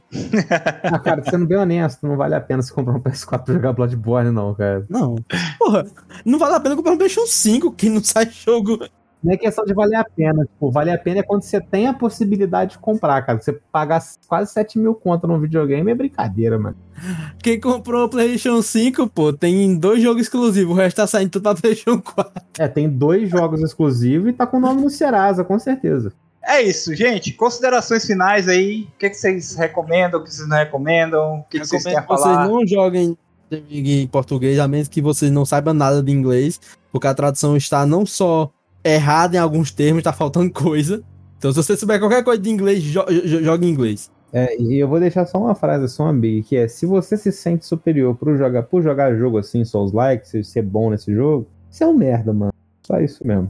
Cara, sendo bem honesto, não vale a pena você comprar um PS4 pra jogar Bloodborne, não, cara. Não. Porra, não vale a pena comprar um PlayStation 5 que não sai jogo. Não é questão de valer a pena. Tipo, vale a pena é quando você tem a possibilidade de comprar, cara. Você pagar quase 7 mil conto num videogame é brincadeira, mano. Quem comprou o PlayStation 5, pô, tem 2 jogos exclusivos. O resto tá saindo tudo pra PlayStation 4. Tem 2 jogos exclusivos e tá com o nome no Serasa, com certeza. É isso, gente. Considerações finais aí. O que vocês recomendam, o que vocês não recomendam? O que vocês querem falar? Vocês não joguem em português, a menos que vocês não saibam nada de inglês, porque a tradução está não só errada em alguns termos, tá faltando coisa. Então, se você souber qualquer coisa de inglês, joga em inglês. E eu vou deixar só uma frase, só uma big, que é: se você se sente superior por jogar jogo assim, Souls-like, ser bom nesse jogo, você é um merda, mano. Só isso mesmo.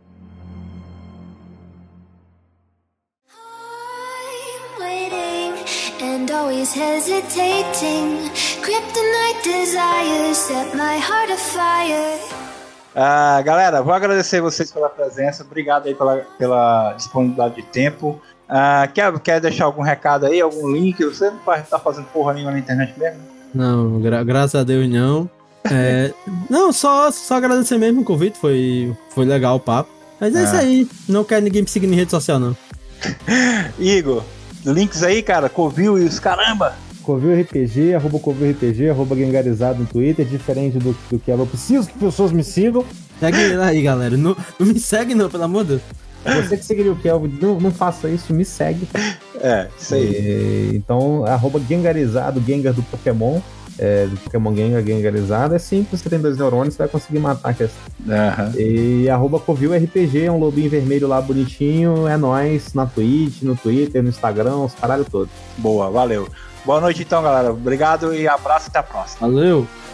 Always hesitating, kryptonite desires set my heart afire. Galera, vou agradecer vocês pela presença. Obrigado aí pela disponibilidade de tempo. Quer deixar algum recado aí, algum link? Você não tá fazendo porra nenhuma na internet mesmo? Não, graças a Deus não. Não, só agradecer mesmo o convite, foi legal o papo. Mas é isso aí, não quero ninguém me seguir em rede social, não. Igor, links aí, cara, Covil e os caramba! Covil RPG, @CovilRPG, @Gengarizado no Twitter, diferente do que eu preciso que pessoas me sigam. Segue aí, galera. Não me segue não, pelo amor de Deus. Você que seguiria o Kelvin, não faça isso, me segue. Isso aí. Então, @Gengarizado, Gengar do Pokémon. Do Pokémon Gengar, Gengarizado. É simples, você tem 2 neurônios, você vai conseguir matar a questão. E @CovilRPG, é um lobinho vermelho lá bonitinho. É nóis, na Twitch, no Twitter, no Instagram, os caralho todos. Boa, valeu. Boa noite então, galera. Obrigado e abraço, até a próxima. Valeu.